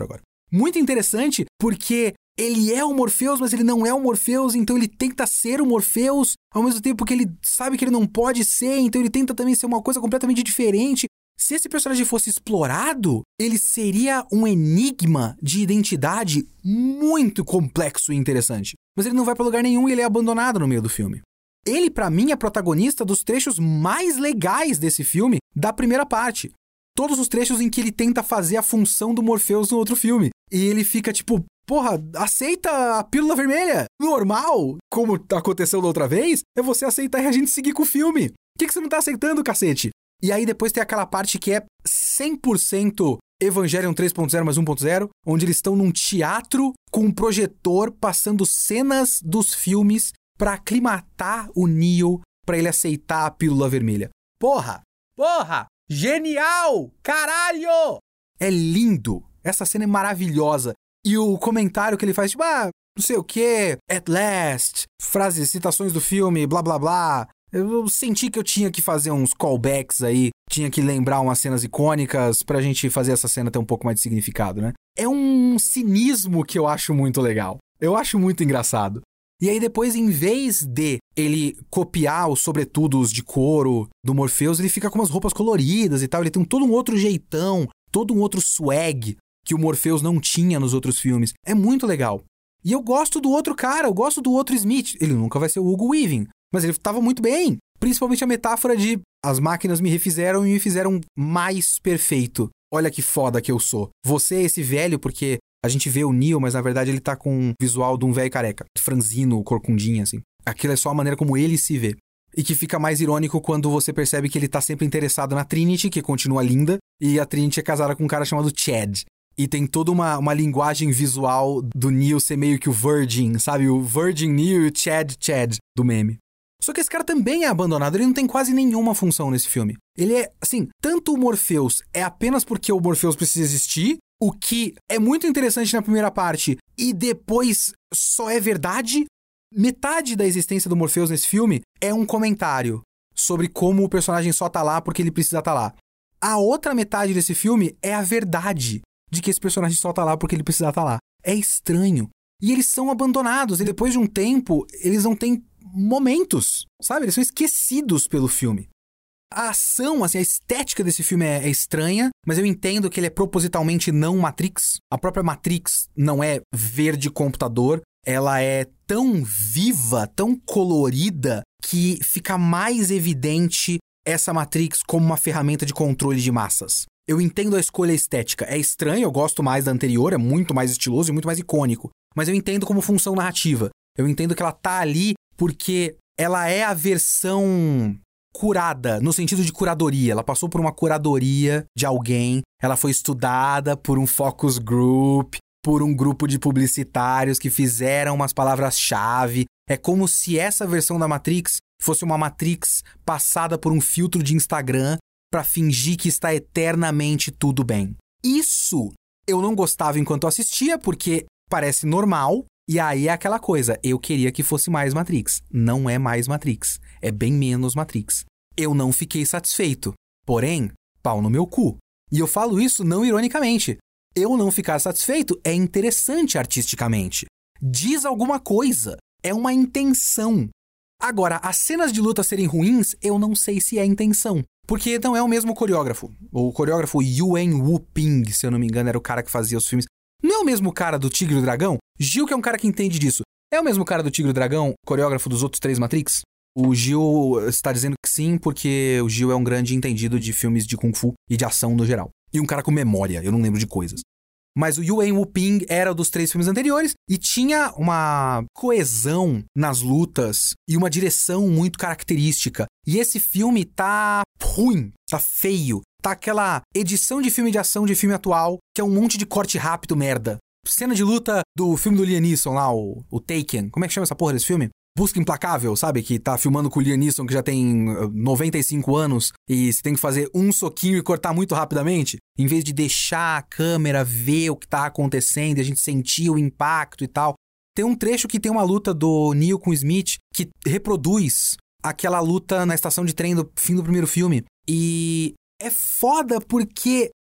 muito interessante, porque ele é o Morpheus, mas ele não é o Morpheus, então ele tenta ser o Morpheus, ao mesmo tempo que ele sabe que ele não pode ser, então ele tenta também ser uma coisa completamente diferente. Se esse personagem fosse explorado, ele seria um enigma de identidade muito complexo e interessante. Mas ele não vai pra lugar nenhum e ele é abandonado no meio do filme. Ele, pra mim, é protagonista dos trechos mais legais desse filme, da primeira parte. Todos os trechos em que ele tenta fazer a função do Morpheus no outro filme. E ele fica tipo, porra, aceita a pílula vermelha. Normal, como aconteceu da outra vez, é você aceitar e a gente seguir com o filme. Por que, que você não tá aceitando, cacete? E aí depois tem aquela parte que é cem por cento Evangelion três ponto zero mais um ponto zero, onde eles estão num teatro com um projetor passando cenas dos filmes pra aclimatar o Neo pra ele aceitar a pílula vermelha. Porra! Porra! Genial! Caralho! É lindo! Essa cena é maravilhosa. E o comentário que ele faz, tipo, ah, não sei o quê, at last, frases, citações do filme, blá blá blá. Eu senti que eu tinha que fazer uns callbacks aí, tinha que lembrar umas cenas icônicas pra gente fazer essa cena ter um pouco mais de significado, né? É um cinismo que eu acho muito legal. Eu acho muito engraçado. E aí depois, em vez de ele copiar os sobretudos de couro do Morpheus, ele fica com umas roupas coloridas e tal. Ele tem todo um outro jeitão, todo um outro swag que o Morpheus não tinha nos outros filmes. É muito legal. E eu gosto do outro cara, eu gosto do outro Smith. Ele nunca vai ser o Hugo Weaving, mas ele tava muito bem. Principalmente a metáfora de as máquinas me refizeram e me fizeram mais perfeito. Olha que foda que eu sou. Você é esse velho porque a gente vê o Neo, mas na verdade ele tá com o visual de um velho careca. Franzino, corcundinho, assim. Aquilo é só a maneira como ele se vê. E que fica mais irônico quando você percebe que ele tá sempre interessado na Trinity, que continua linda, e a Trinity é casada com um cara chamado Chad. E tem toda uma, uma linguagem visual do Neo ser meio que o Virgin, sabe? O Virgin Neo e o Chad Chad do meme. Só que esse cara também é abandonado, ele não tem quase nenhuma função nesse filme. Ele é, assim, tanto o Morpheus é apenas porque o Morpheus precisa existir, o que é muito interessante na primeira parte, e depois só é verdade. Metade da existência do Morpheus nesse filme é um comentário sobre como o personagem só tá lá porque ele precisa tá lá. A outra metade desse filme é a verdade de que esse personagem só tá lá porque ele precisa tá lá. É estranho. E eles são abandonados, e depois de um tempo, eles não têm momentos, sabe? Eles são esquecidos pelo filme. A ação, assim, a estética desse filme é, é estranha, mas eu entendo que ele é propositalmente não Matrix. A própria Matrix não é verde computador, ela é tão viva, tão colorida, que fica mais evidente essa Matrix como uma ferramenta de controle de massas. Eu entendo a escolha estética. É estranho, eu gosto mais da anterior, é muito mais estiloso e muito mais icônico. Mas eu entendo como função narrativa. Eu entendo que ela tá ali porque ela é a versão curada, no sentido de curadoria. Ela passou por uma curadoria de alguém, ela foi estudada por um focus group, por um grupo de publicitários que fizeram umas palavras-chave. É como se essa versão da Matrix fosse uma Matrix passada por um filtro de Instagram pra fingir que está eternamente tudo bem. Isso eu não gostava enquanto assistia, porque parece normal. E aí é aquela coisa, eu queria que fosse mais Matrix. Não é mais Matrix, é bem menos Matrix. Eu não fiquei satisfeito, porém, pau no meu cu. E eu falo isso não ironicamente. Eu não ficar satisfeito é interessante artisticamente. Diz alguma coisa, é uma intenção. Agora, as cenas de luta serem ruins, eu não sei se é intenção. Porque não é o mesmo coreógrafo. O coreógrafo Yuen Woo-ping, se eu não me engano, era o cara que fazia os filmes. Não é o mesmo cara do Tigre e o Dragão? Gil, que é um cara que entende disso. É o mesmo cara do Tigre e o Dragão, coreógrafo dos outros três Matrix? O Gil está dizendo que sim, porque o Gil é um grande entendido de filmes de Kung Fu e de ação no geral. E um cara com memória, eu não lembro de coisas. Mas o Yuen Woo-ping era dos três filmes anteriores e tinha uma coesão nas lutas e uma direção muito característica. E esse filme tá ruim, tá feio. Tá aquela edição de filme de ação de filme atual, que é um monte de corte rápido, merda. Cena de luta do filme do Liam Neeson lá, o, o Taken. Como é que chama essa porra desse filme? Busca Implacável, sabe? Que tá filmando com o Liam Neeson, que já tem noventa e cinco anos, e você tem que fazer um soquinho e cortar muito rapidamente, em vez de deixar a câmera ver o que tá acontecendo e a gente sentir o impacto e tal. Tem um trecho que tem uma luta do Neo com o Smith que reproduz aquela luta na estação de trem do fim do primeiro filme. E é foda porque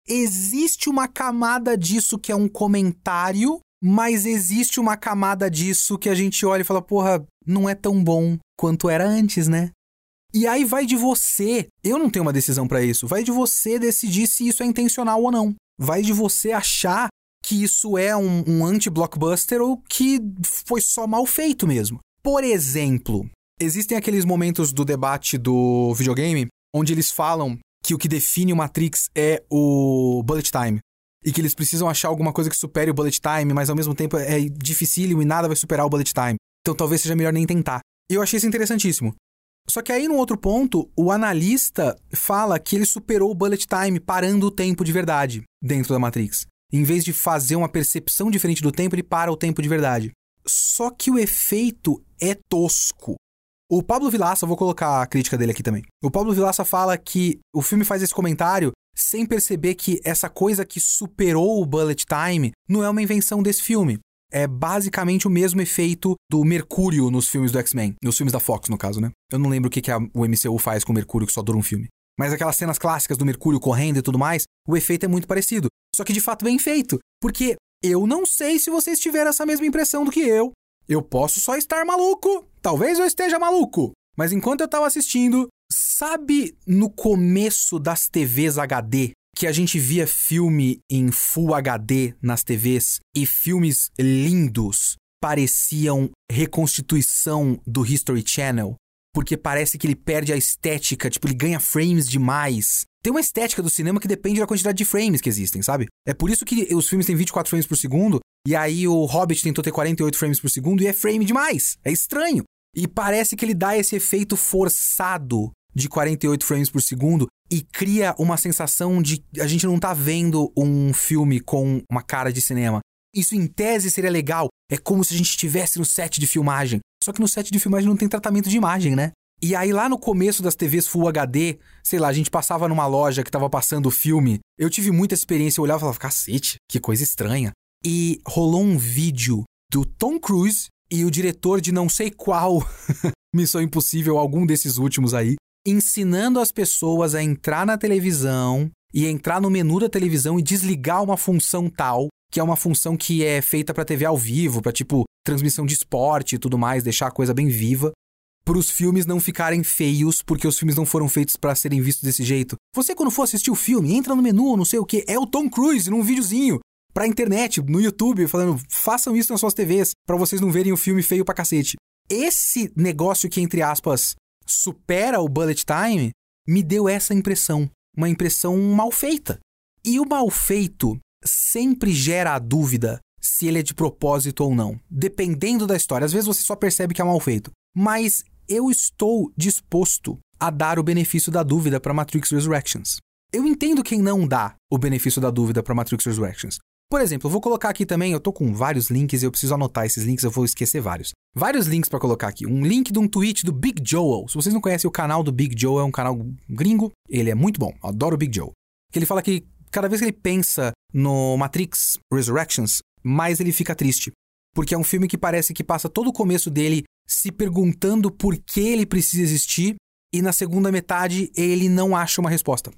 existe uma camada disso que é um comentário, mas existe uma camada disso que a gente olha e fala, porra, não é tão bom quanto era antes, né? E aí vai de você, eu não tenho uma decisão pra isso, vai de você decidir se isso é intencional ou não. Vai de você achar que isso é um, um anti-blockbuster ou que foi só mal feito mesmo. Por exemplo, existem aqueles momentos do debate do videogame onde eles falam que o que define o Matrix é o bullet time. E que eles precisam achar alguma coisa que supere o bullet time, mas ao mesmo tempo é dificílimo e nada vai superar o bullet time. Então talvez seja melhor nem tentar. E eu achei isso interessantíssimo. Só que aí, num outro ponto, o analista fala que ele superou o bullet time parando o tempo de verdade dentro da Matrix. Em vez de fazer uma percepção diferente do tempo, ele para o tempo de verdade. Só que o efeito é tosco. O Pablo Vilaça, vou colocar a crítica dele aqui também. O Pablo Vilaça fala que o filme faz esse comentário sem perceber que essa coisa que superou o bullet time não é uma invenção desse filme. É basicamente o mesmo efeito do Mercúrio nos filmes do X-Men. Nos filmes da Fox, no caso, né? Eu não lembro o que, que a, o M C U faz com o Mercúrio, que só dura um filme. Mas aquelas cenas clássicas do Mercúrio correndo e tudo mais, o efeito é muito parecido. Só que de fato bem feito. Porque eu não sei se vocês tiveram essa mesma impressão do que eu. Eu posso só estar maluco. Talvez eu esteja maluco. Mas enquanto eu tava assistindo, sabe no começo das T Vs H D, que a gente via filme em Full H D nas T Vs e filmes lindos pareciam reconstituição do History Channel, porque parece que ele perde a estética, tipo, ele ganha frames demais. Tem uma estética do cinema que depende da quantidade de frames que existem, sabe? É por isso que os filmes têm vinte e quatro frames por segundo, e aí o Hobbit tentou ter quarenta e oito frames por segundo, e é frame demais. É estranho. E parece que ele dá esse efeito forçado de quarenta e oito frames por segundo e cria uma sensação de a gente não tá vendo um filme com uma cara de cinema. Isso em tese seria legal. É como se a gente estivesse no set de filmagem. Só que no set de filmagem não tem tratamento de imagem, né? E aí lá no começo das T Vs Full H D, sei lá, a gente passava numa loja que tava passando o filme. Eu tive muita experiência, eu olhava e falava, cacete, que coisa estranha. E rolou um vídeo do Tom Cruise e o diretor de não sei qual Missão Impossível, algum desses últimos aí, ensinando as pessoas a entrar na televisão e entrar no menu da televisão e desligar uma função tal, que é uma função que é feita pra T V ao vivo, pra tipo transmissão de esporte e tudo mais, deixar a coisa bem viva, pros filmes não ficarem feios, porque os filmes não foram feitos pra serem vistos desse jeito. Você, quando for assistir o filme, entra no menu, não sei o que, é o Tom Cruise num videozinho pra internet, no YouTube, falando, façam isso nas suas T Vs, pra vocês não verem o filme feio pra cacete. Esse negócio que, entre aspas, supera o bullet time, me deu essa impressão. Uma impressão mal feita. E o mal feito sempre gera a dúvida se ele é de propósito ou não. Dependendo da história. Às vezes você só percebe que é mal feito. Mas eu estou disposto a dar o benefício da dúvida para Matrix Resurrections. Eu entendo quem não dá o benefício da dúvida para Matrix Resurrections. Por exemplo, eu vou colocar aqui também, eu tô com vários links e eu preciso anotar esses links, eu vou esquecer vários. Vários links pra colocar aqui. Um link de um tweet do Big Joel. Se vocês não conhecem o canal do Big Joel, é um canal gringo, ele é muito bom, adoro o Big Joel. Que ele fala que cada vez que ele pensa no Matrix Resurrections, mais ele fica triste. Porque é um filme que parece que passa todo o começo dele se perguntando por que ele precisa existir e na segunda metade ele não acha uma resposta.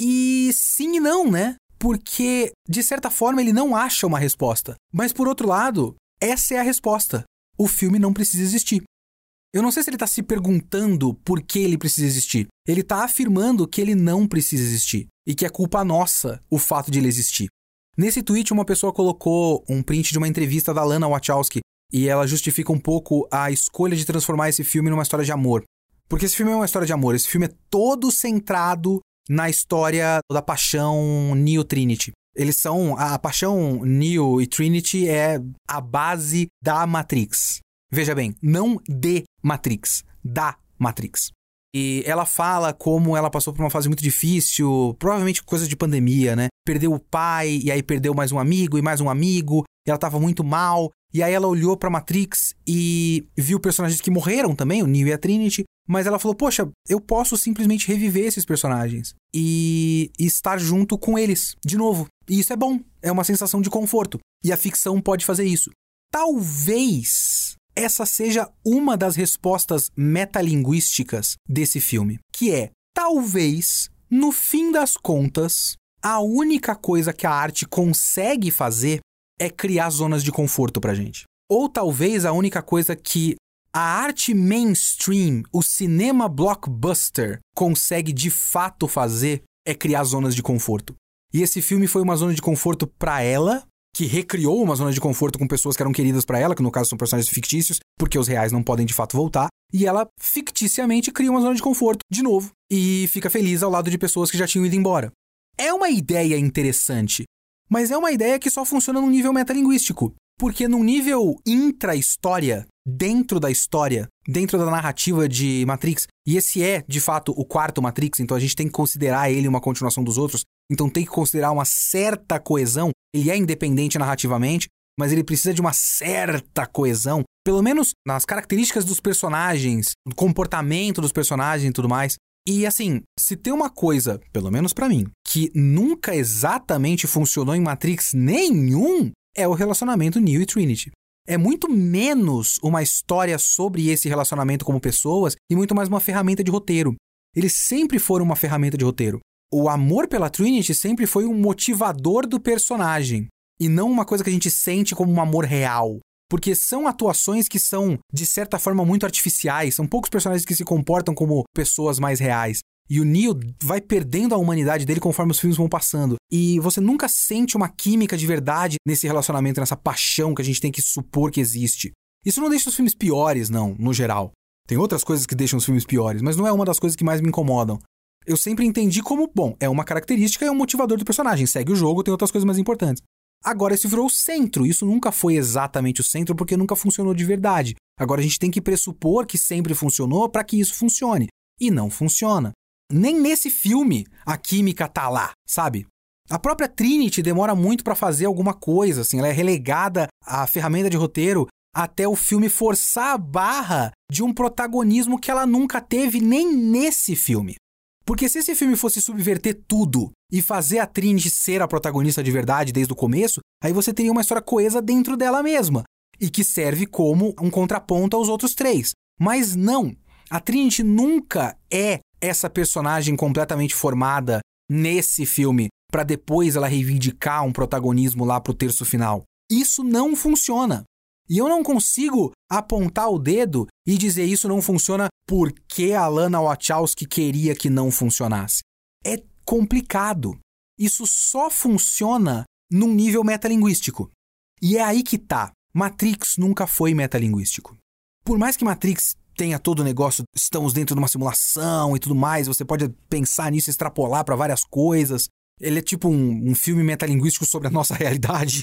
E sim e não, né? Porque, de certa forma, ele não acha uma resposta. Mas, por outro lado, essa é a resposta. O filme não precisa existir. Eu não sei se ele está se perguntando por que ele precisa existir. Ele está afirmando que ele não precisa existir. E que é culpa nossa o fato de ele existir. Nesse tweet, uma pessoa colocou um print de uma entrevista da Lana Wachowski. E ela justifica um pouco a escolha de transformar esse filme numa história de amor. Porque esse filme é uma história de amor. Esse filme é todo centrado na história da paixão Neo-Trinity. Eles são... A paixão Neo e Trinity é a base da Matrix. Veja bem, não de Matrix, da Matrix. E ela fala como ela passou por uma fase muito difícil, provavelmente coisa de pandemia, né? Perdeu o pai, e aí perdeu mais um amigo, e mais um amigo, e ela tava muito mal. E aí ela olhou pra Matrix e viu personagens que morreram também, o Neo e a Trinity. Mas ela falou, poxa, eu posso simplesmente reviver esses personagens e, e estar junto com eles, de novo. E isso é bom, é uma sensação de conforto. E a ficção pode fazer isso. Talvez essa seja uma das respostas metalinguísticas desse filme, que é, talvez, no fim das contas, A única coisa que a arte consegue fazer é criar zonas de conforto pra gente. Ou talvez a única coisa que a arte mainstream, o cinema blockbuster, consegue de fato fazer é criar zonas de conforto. E esse filme foi uma zona de conforto pra ela, que recriou uma zona de conforto com pessoas que eram queridas pra ela, que no caso são personagens fictícios, porque os reais não podem de fato voltar, e ela ficticiamente cria uma zona de conforto, de novo, e fica feliz ao lado de pessoas que já tinham ido embora. É uma ideia interessante, mas é uma ideia que só funciona num nível metalinguístico, porque num nível intra-história, dentro da história, dentro da narrativa de Matrix, e esse é, de fato, o quarto Matrix, então a gente tem que considerar ele uma continuação dos outros, então tem que considerar uma certa coesão. Ele é independente narrativamente, mas ele precisa de uma certa coesão, pelo menos nas características dos personagens, no comportamento dos personagens e tudo mais. E assim, se tem uma coisa, pelo menos pra mim, que nunca exatamente funcionou em Matrix nenhum, é o relacionamento Neo e Trinity. É muito menos uma história sobre esse relacionamento como pessoas e muito mais uma ferramenta de roteiro. Eles sempre foram uma ferramenta de roteiro. O amor pela Trinity sempre foi um motivador do personagem e não uma coisa que a gente sente como um amor real. Porque são atuações que são, de certa forma, muito artificiais. São poucos personagens que se comportam como pessoas mais reais. E o Neo vai perdendo a humanidade dele conforme os filmes vão passando. E você nunca sente uma química de verdade nesse relacionamento, nessa paixão que a gente tem que supor que existe. Isso não deixa os filmes piores, não, no geral. Tem outras coisas que deixam os filmes piores, mas não é uma das coisas que mais me incomodam. Eu sempre entendi como, bom, é uma característica, é um motivador do personagem. Segue o jogo, tem outras coisas mais importantes. Agora, esse virou o centro. Isso nunca foi exatamente o centro porque nunca funcionou de verdade. Agora, a gente tem que pressupor que sempre funcionou para que isso funcione. E não funciona. Nem nesse filme a química tá lá, sabe? A própria Trinity demora muito para fazer alguma coisa, assim. Ela é relegada à ferramenta de roteiro até o filme forçar a barra de um protagonismo que ela nunca teve nem nesse filme. Porque se esse filme fosse subverter tudo e fazer a Trinity ser a protagonista de verdade desde o começo, aí você teria uma história coesa dentro dela mesma e que serve como um contraponto aos outros três. Mas não, a Trinity nunca é essa personagem completamente formada nesse filme para depois ela reivindicar um protagonismo lá pro terço final. Isso não funciona. E eu não consigo apontar o dedo e dizer isso não funciona porque a Lana Wachowski queria que não funcionasse. É complicado. Isso só funciona num nível metalinguístico. E é aí que tá. Matrix nunca foi metalinguístico. Por mais que Matrix tenha todo o negócio, estamos dentro de uma simulação e tudo mais, você pode pensar nisso e extrapolar para várias coisas. Ele é tipo um, um filme metalinguístico sobre a nossa realidade.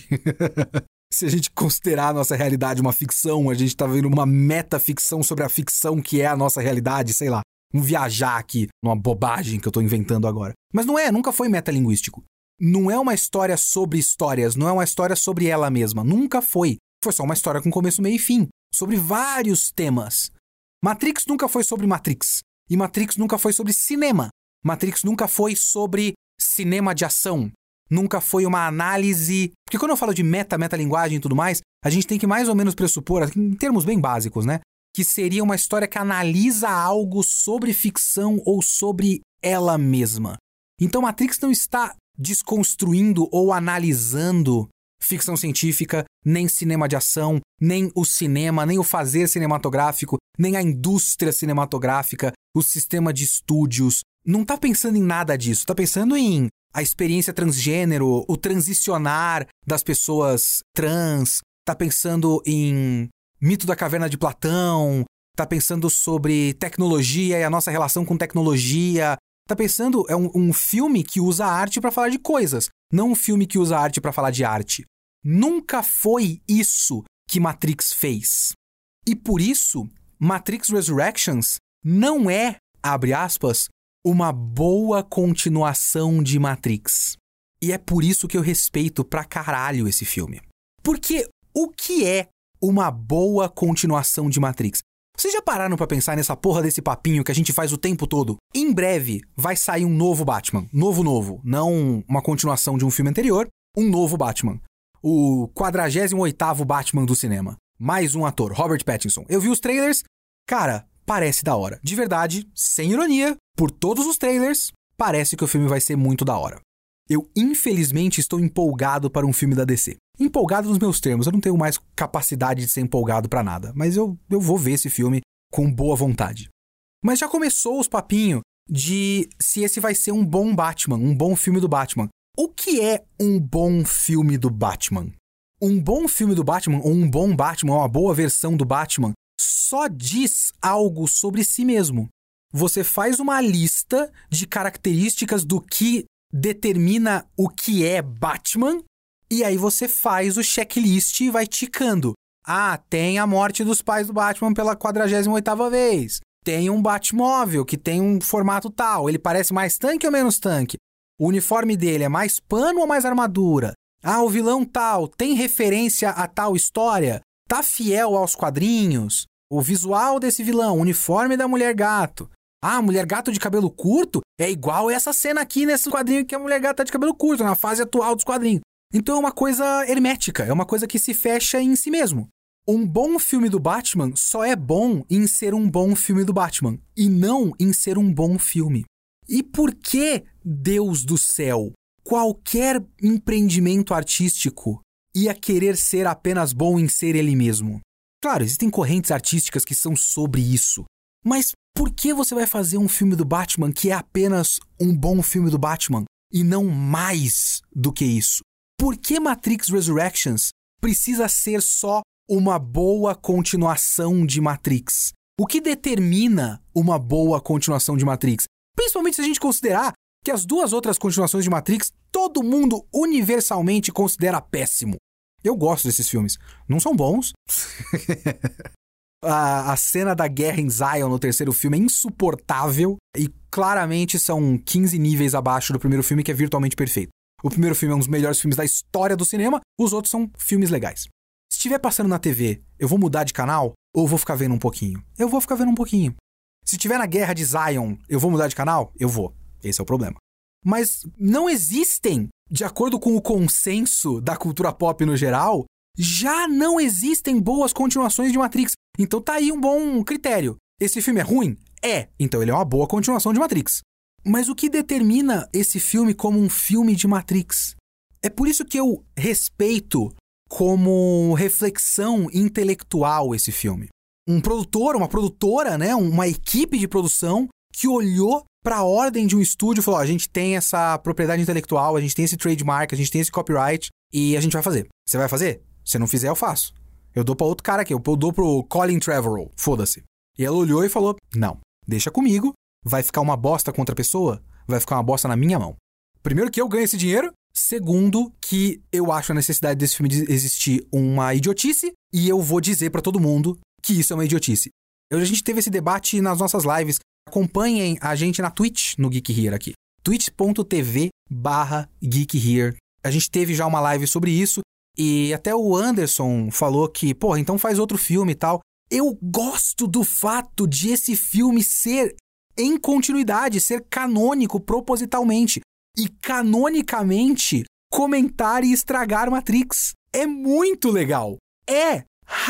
Se a gente considerar a nossa realidade uma ficção, a gente tá vendo uma metaficção sobre a ficção que é a nossa realidade, sei lá. Um viajar aqui numa bobagem que eu tô inventando agora. Mas não é, nunca foi metalinguístico. Não é uma história sobre histórias, não é uma história sobre ela mesma. Nunca foi. Foi só uma história com começo, meio e fim. Sobre vários temas. Matrix nunca foi sobre Matrix. E Matrix nunca foi sobre cinema. Matrix nunca foi sobre cinema de ação. Nunca foi uma análise... Porque quando eu falo de meta, metalinguagem e tudo mais, a gente tem que mais ou menos pressupor, em termos bem básicos, né? Que seria uma história que analisa algo sobre ficção ou sobre ela mesma. Então Matrix não está desconstruindo ou analisando ficção científica, nem cinema de ação, nem o cinema, nem o fazer cinematográfico, nem a indústria cinematográfica, o sistema de estúdios. Não tá pensando em nada disso, tá pensando em a experiência transgênero, o transicionar das pessoas trans, tá pensando em mito da caverna de Platão, tá pensando sobre tecnologia e a nossa relação com tecnologia, tá pensando, é um, um filme que usa arte pra falar de coisas, não um filme que usa arte pra falar de arte. Nunca foi isso que Matrix fez. E por isso, Matrix Resurrections não é, abre aspas, uma boa continuação de Matrix. E é por isso que eu respeito pra caralho esse filme. Porque o que é uma boa continuação de Matrix? Vocês já pararam pra pensar nessa porra desse papinho que a gente faz o tempo todo? Em breve vai sair um novo Batman. Novo, novo. Não uma continuação de um filme anterior. Um novo Batman. O quadragésimo oitavo Batman do cinema. Mais um ator, Robert Pattinson. Eu vi os trailers. Cara, parece da hora. De verdade, sem ironia, por todos os trailers, parece que o filme vai ser muito da hora. Eu, infelizmente, estou empolgado para um filme da D C. Empolgado nos meus termos, eu não tenho mais capacidade de ser empolgado para nada, mas eu, eu vou ver esse filme com boa vontade. Mas já começou os papinhos de se esse vai ser um bom Batman, um bom filme do Batman. O que é um bom filme do Batman? Um bom filme do Batman, ou um bom Batman, ou uma boa versão do Batman, só diz algo sobre si mesmo. Você faz uma lista de características do que determina o que é Batman, e aí você faz o checklist e vai ticando. Ah, tem a morte dos pais do Batman pela quadragésima oitava vez. Tem um Batmóvel que tem um formato tal. Ele parece mais tanque ou menos tanque? O uniforme dele é mais pano ou mais armadura? Ah, o vilão tal tem referência a tal história? Tá fiel aos quadrinhos? O visual desse vilão, o uniforme da Mulher Gato. Ah, a Mulher Gato de cabelo curto é igual essa cena aqui nesse quadrinho que a Mulher Gato tá de cabelo curto, na fase atual dos quadrinhos. Então é uma coisa hermética, é uma coisa que se fecha em si mesmo. Um bom filme do Batman só é bom em ser um bom filme do Batman, e não em ser um bom filme. E por que, Deus do céu, qualquer empreendimento artístico ia querer ser apenas bom em ser ele mesmo? Claro, existem correntes artísticas que são sobre isso, mas por que você vai fazer um filme do Batman que é apenas um bom filme do Batman e não mais do que isso? Por que Matrix Resurrections precisa ser só uma boa continuação de Matrix? O que determina uma boa continuação de Matrix? Principalmente se a gente considerar que as duas outras continuações de Matrix todo mundo universalmente considera péssimo. Eu gosto desses filmes. Não são bons. a, a cena da guerra em Zion no terceiro filme é insuportável e claramente são quinze níveis abaixo do primeiro filme, que é virtualmente perfeito. O primeiro filme é um dos melhores filmes da história do cinema, os outros são filmes legais. Se estiver passando na T V, eu vou mudar de canal ou vou ficar vendo um pouquinho? Eu vou ficar vendo um pouquinho. Se estiver na guerra de Zion, eu vou mudar de canal? Eu vou. Esse é o problema. Mas não existem, de acordo com o consenso da cultura pop no geral, já não existem boas continuações de Matrix. Então tá aí um bom critério. Esse filme é ruim? É. Então ele é uma boa continuação de Matrix. Mas o que determina esse filme como um filme de Matrix? É por isso que eu respeito como reflexão intelectual esse filme. Um produtor, uma produtora, né, uma equipe de produção que olhou para a ordem de um estúdio e falou: ó, a gente tem essa propriedade intelectual, a gente tem esse trademark, a gente tem esse copyright e a gente vai fazer. Você vai fazer? Se não fizer, eu faço. Eu dou para outro cara aqui, eu dou pro Colin Trevorrow, foda-se. E ela olhou e falou: não, deixa comigo, vai ficar uma bosta contra a pessoa, vai ficar uma bosta na minha mão. Primeiro que eu ganho esse dinheiro, segundo que eu acho a necessidade desse filme de existir uma idiotice e eu vou dizer para todo mundo que isso é uma idiotice. Eu, a gente teve esse debate nas nossas lives. Acompanhem a gente na Twitch, no Geek Here aqui. twitch.tv barra Geek Here. A gente teve já uma live sobre isso e até o Anderson falou que, porra, então faz outro filme e tal. Eu gosto do fato de esse filme ser em continuidade, ser canônico propositalmente. E canonicamente comentar e estragar Matrix. É muito legal. É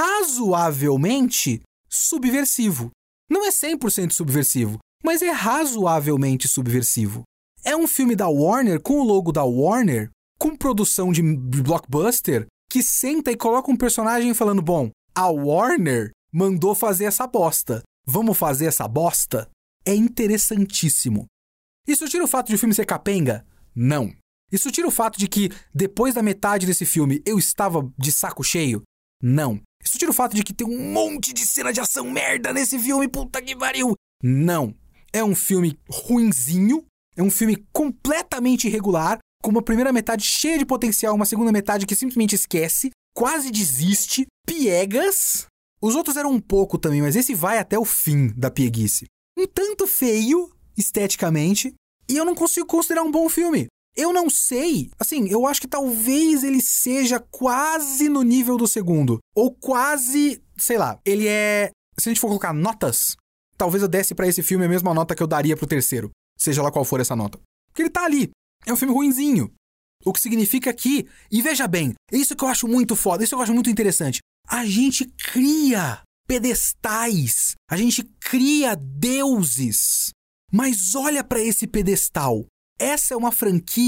razoavelmente subversivo. Não é cem por cento subversivo, mas é razoavelmente subversivo. É um filme da Warner, com o logo da Warner, com produção de blockbuster, que senta e coloca um personagem falando: bom, a Warner mandou fazer essa bosta. Vamos fazer essa bosta? É interessantíssimo. Isso tira o fato de o filme ser capenga? Não. Isso tira o fato de que, depois da metade desse filme, eu estava de saco cheio? Não. Isso tira o fato de que tem um monte de cena de ação merda nesse filme, puta que pariu. Não. É um filme ruinzinho, é um filme completamente irregular, com uma primeira metade cheia de potencial, uma segunda metade que simplesmente esquece, quase desiste, piegas. Os outros eram um pouco também, mas esse vai até o fim da pieguice. Um tanto feio, esteticamente, e eu não consigo considerar um bom filme. Eu não sei, assim, eu acho que talvez ele seja quase no nível do segundo. Ou quase, sei lá, ele é... Se a gente for colocar notas, talvez eu desse pra esse filme a mesma nota que eu daria pro terceiro. Seja lá qual for essa nota. Porque ele tá ali. É um filme ruinzinho. O que significa que... E veja bem, isso que eu acho muito foda, isso que eu acho muito interessante. A gente cria pedestais. A gente cria deuses. Mas olha pra esse pedestal. Essa é uma franquia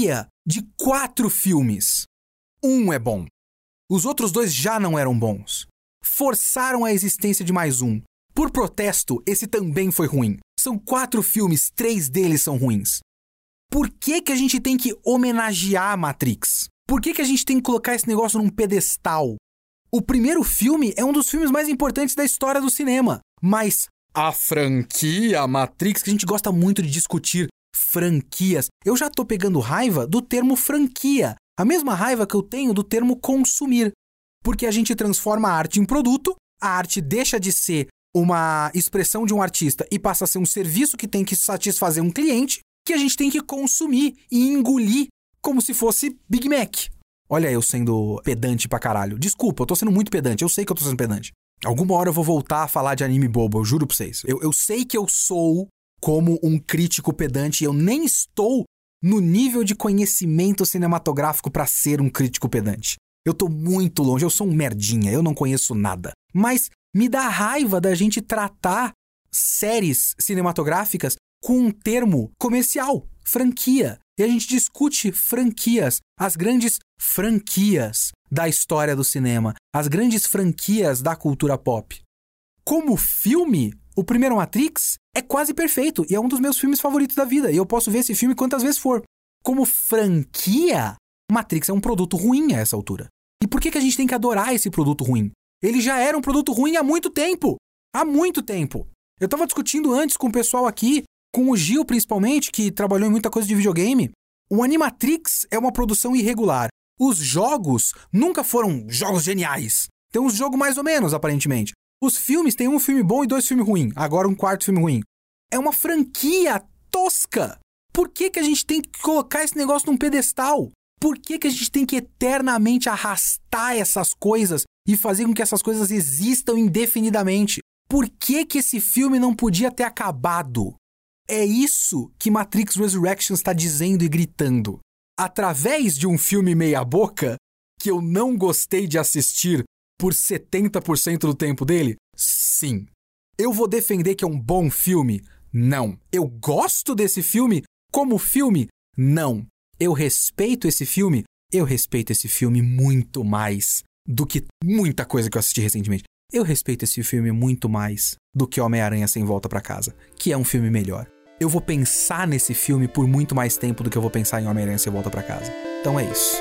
De quatro filmes, um é bom. Os outros dois já não eram bons. Forçaram a existência de mais um. Por protesto, esse também foi ruim. São quatro filmes, três deles são ruins. Por que que a gente tem que homenagear Matrix? Por que que a gente tem que colocar esse negócio num pedestal? O primeiro filme é um dos filmes mais importantes da história do cinema. Mas a franquia Matrix, que a gente gosta muito de discutir franquias. Eu já tô pegando raiva do termo franquia. A mesma raiva que eu tenho do termo consumir. Porque a gente transforma a arte em produto, a arte deixa de ser uma expressão de um artista e passa a ser um serviço que tem que satisfazer um cliente, que a gente tem que consumir e engolir como se fosse Big Mac. Olha eu sendo pedante pra caralho. Desculpa, eu tô sendo muito pedante, eu sei que eu tô sendo pedante. Alguma hora eu vou voltar a falar de anime bobo, eu juro pra vocês. Eu, eu sei que eu sou como um crítico pedante e eu nem estou no nível de conhecimento cinematográfico pra ser um crítico pedante. Eu tô muito longe, eu sou um merdinha, eu não conheço nada. Mas me dá raiva da gente tratar séries cinematográficas com um termo comercial, franquia. E a gente discute franquias, as grandes franquias da história do cinema, as grandes franquias da cultura pop. Como filme, o primeiro Matrix é quase perfeito e é um dos meus filmes favoritos da vida. E eu posso ver esse filme quantas vezes for. Como franquia, Matrix é um produto ruim a essa altura. E por que que a gente tem que adorar esse produto ruim? Ele já era um produto ruim há muito tempo. Há muito tempo. Eu tava discutindo antes com o pessoal aqui, com o Gil principalmente, que trabalhou em muita coisa de videogame. O Animatrix é uma produção irregular. Os jogos nunca foram jogos geniais. Tem uns jogos mais ou menos, aparentemente. Os filmes têm um filme bom e dois filmes ruins. Agora um quarto filme ruim. É uma franquia tosca. Por que que a gente tem que colocar esse negócio num pedestal? Por que que a gente tem que eternamente arrastar essas coisas e fazer com que essas coisas existam indefinidamente? Por que que esse filme não podia ter acabado? É isso que Matrix Resurrections está dizendo e gritando. Através de um filme meia-boca, que eu não gostei de assistir por setenta por cento do tempo dele? Sim. Eu vou defender que é um bom filme? Não. Eu gosto desse filme como filme? Não. Eu respeito esse filme? Eu respeito esse filme muito mais do que muita coisa que eu assisti recentemente. Eu respeito esse filme muito mais do que Homem-Aranha Sem Volta pra Casa, que é um filme melhor. Eu vou pensar nesse filme por muito mais tempo do que eu vou pensar em Homem-Aranha Sem Volta pra Casa. Então é isso.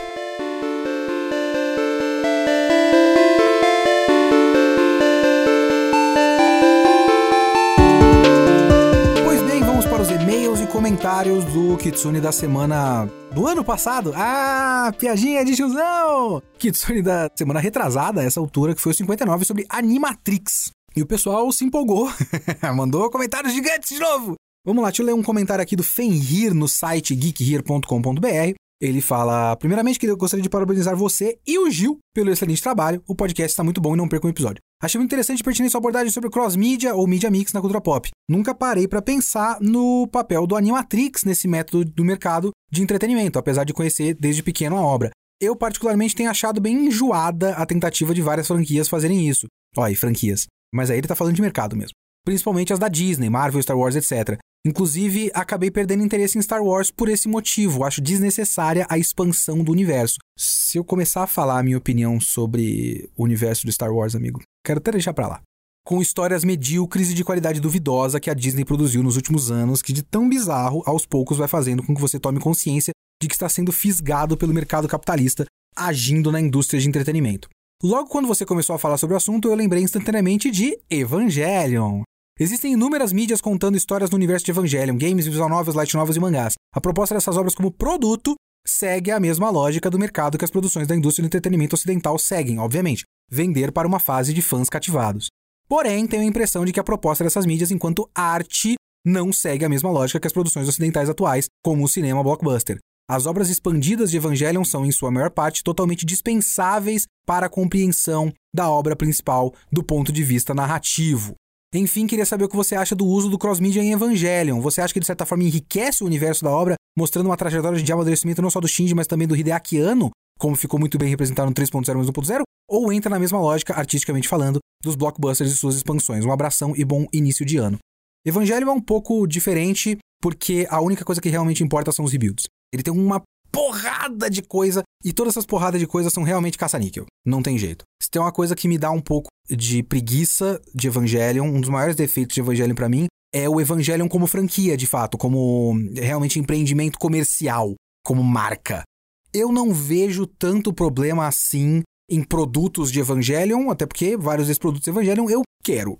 Pois bem, vamos para os e-mails e comentários do Kitsune da semana do ano passado. Ah, piadinha de tiozão! Kitsune da semana retrasada, essa altura, que foi o cinquenta e nove, sobre Animatrix. E o pessoal se empolgou. Mandou comentários gigantes de novo. Vamos lá, deixa eu ler um comentário aqui do Fenrir no site geek here ponto com ponto b r. Ele fala, primeiramente, que eu gostaria de parabenizar você e o Gil pelo excelente trabalho. O podcast está muito bom e não perca um episódio. Achei muito interessante e pertinente sua abordagem sobre cross-mídia ou mídia mix na cultura pop. Nunca parei para pensar no papel do Animatrix nesse método do mercado de entretenimento, apesar de conhecer desde pequeno a obra. Eu, particularmente, tenho achado bem enjoada a tentativa de várias franquias fazerem isso. Ó, aí, franquias. Mas aí ele tá falando de mercado mesmo. Principalmente as da Disney, Marvel, Star Wars, etcétera. Inclusive, acabei perdendo interesse em Star Wars por esse motivo. Acho desnecessária a expansão do universo. Se eu começar a falar a minha opinião sobre o universo do Star Wars, amigo, quero até deixar pra lá. Com histórias medíocres e de qualidade duvidosa que a Disney produziu nos últimos anos, que de tão bizarro, aos poucos vai fazendo com que você tome consciência de que está sendo fisgado pelo mercado capitalista, agindo na indústria de entretenimento. Logo quando você começou a falar sobre o assunto, eu lembrei instantaneamente de Evangelion. Existem inúmeras mídias contando histórias no universo de Evangelion, games, visual novels, light novels e mangás. A proposta dessas obras como produto segue a mesma lógica do mercado que as produções da indústria do entretenimento ocidental seguem, obviamente. Vender para uma fase de fãs cativados. Porém, tenho a impressão de que a proposta dessas mídias enquanto arte não segue a mesma lógica que as produções ocidentais atuais, como o cinema blockbuster. As obras expandidas de Evangelion são, em sua maior parte, totalmente dispensáveis para a compreensão da obra principal do ponto de vista narrativo. Enfim, queria saber o que você acha do uso do cross-mídia em Evangelion. Você acha que, de certa forma, enriquece o universo da obra, mostrando uma trajetória de amadurecimento não só do Shinji, mas também do Hideaki Anno, como ficou muito bem representado no três ponto zero mais um ponto zero, ou entra na mesma lógica, artisticamente falando, dos blockbusters e suas expansões? Um abração e bom início de ano. Evangelion é um pouco diferente, porque a única coisa que realmente importa são os rebuilds. Ele tem uma porrada de coisa, e todas essas porradas de coisa são realmente caça-níquel. Não tem jeito. Se tem uma coisa que me dá um pouco de preguiça de Evangelion, um dos maiores defeitos de Evangelion pra mim, é o Evangelion como franquia, de fato, como realmente empreendimento comercial, como marca. Eu não vejo tanto problema assim em produtos de Evangelion, até porque vários desses produtos de Evangelion eu quero.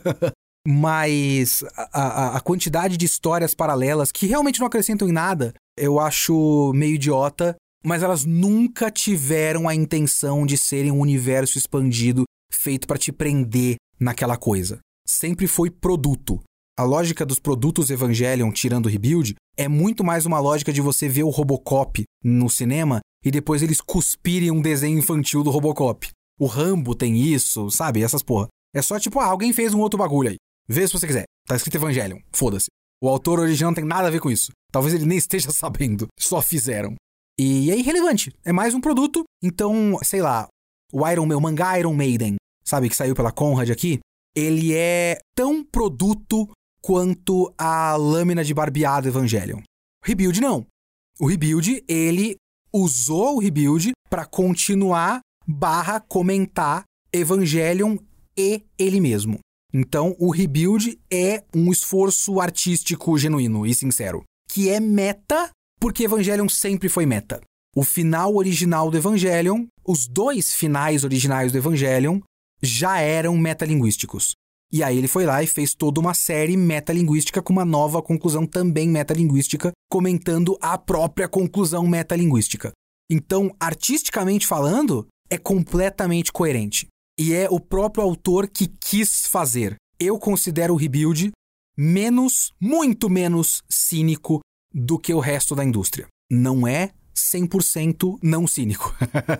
Mas a, a, a quantidade de histórias paralelas que realmente não acrescentam em nada, eu acho meio idiota, mas elas nunca tiveram a intenção de serem um universo expandido feito pra te prender naquela coisa. Sempre foi produto. A lógica dos produtos Evangelion, tirando o Rebuild, é muito mais uma lógica de você ver o Robocop no cinema e depois eles cuspirem um desenho infantil do Robocop. O Rambo tem isso, sabe? Essas porra. É só tipo, ah, alguém fez um outro bagulho aí. Vê se você quiser. Tá escrito Evangelion. Foda-se. O autor original não tem nada a ver com isso. Talvez ele nem esteja sabendo. Só fizeram. E é irrelevante. É mais um produto. Então, sei lá, o, Iron, o mangá Iron Maiden, sabe, que saiu pela Conrad aqui, ele é tão produto quanto a lâmina de barbeado Evangelion. O Rebuild não. O Rebuild, ele usou o Rebuild pra continuar barra comentar Evangelion e ele mesmo. Então, o Rebuild é um esforço artístico genuíno e sincero, que é meta, porque Evangelion sempre foi meta. O final original do Evangelion, os dois finais originais do Evangelion, já eram metalinguísticos. E aí ele foi lá e fez toda uma série metalinguística com uma nova conclusão também metalinguística, comentando a própria conclusão metalinguística. Então, artisticamente falando, é completamente coerente. E é o próprio autor que quis fazer. Eu considero o Rebuild menos, muito menos cínico do que o resto da indústria. Não é cem por cento não cínico.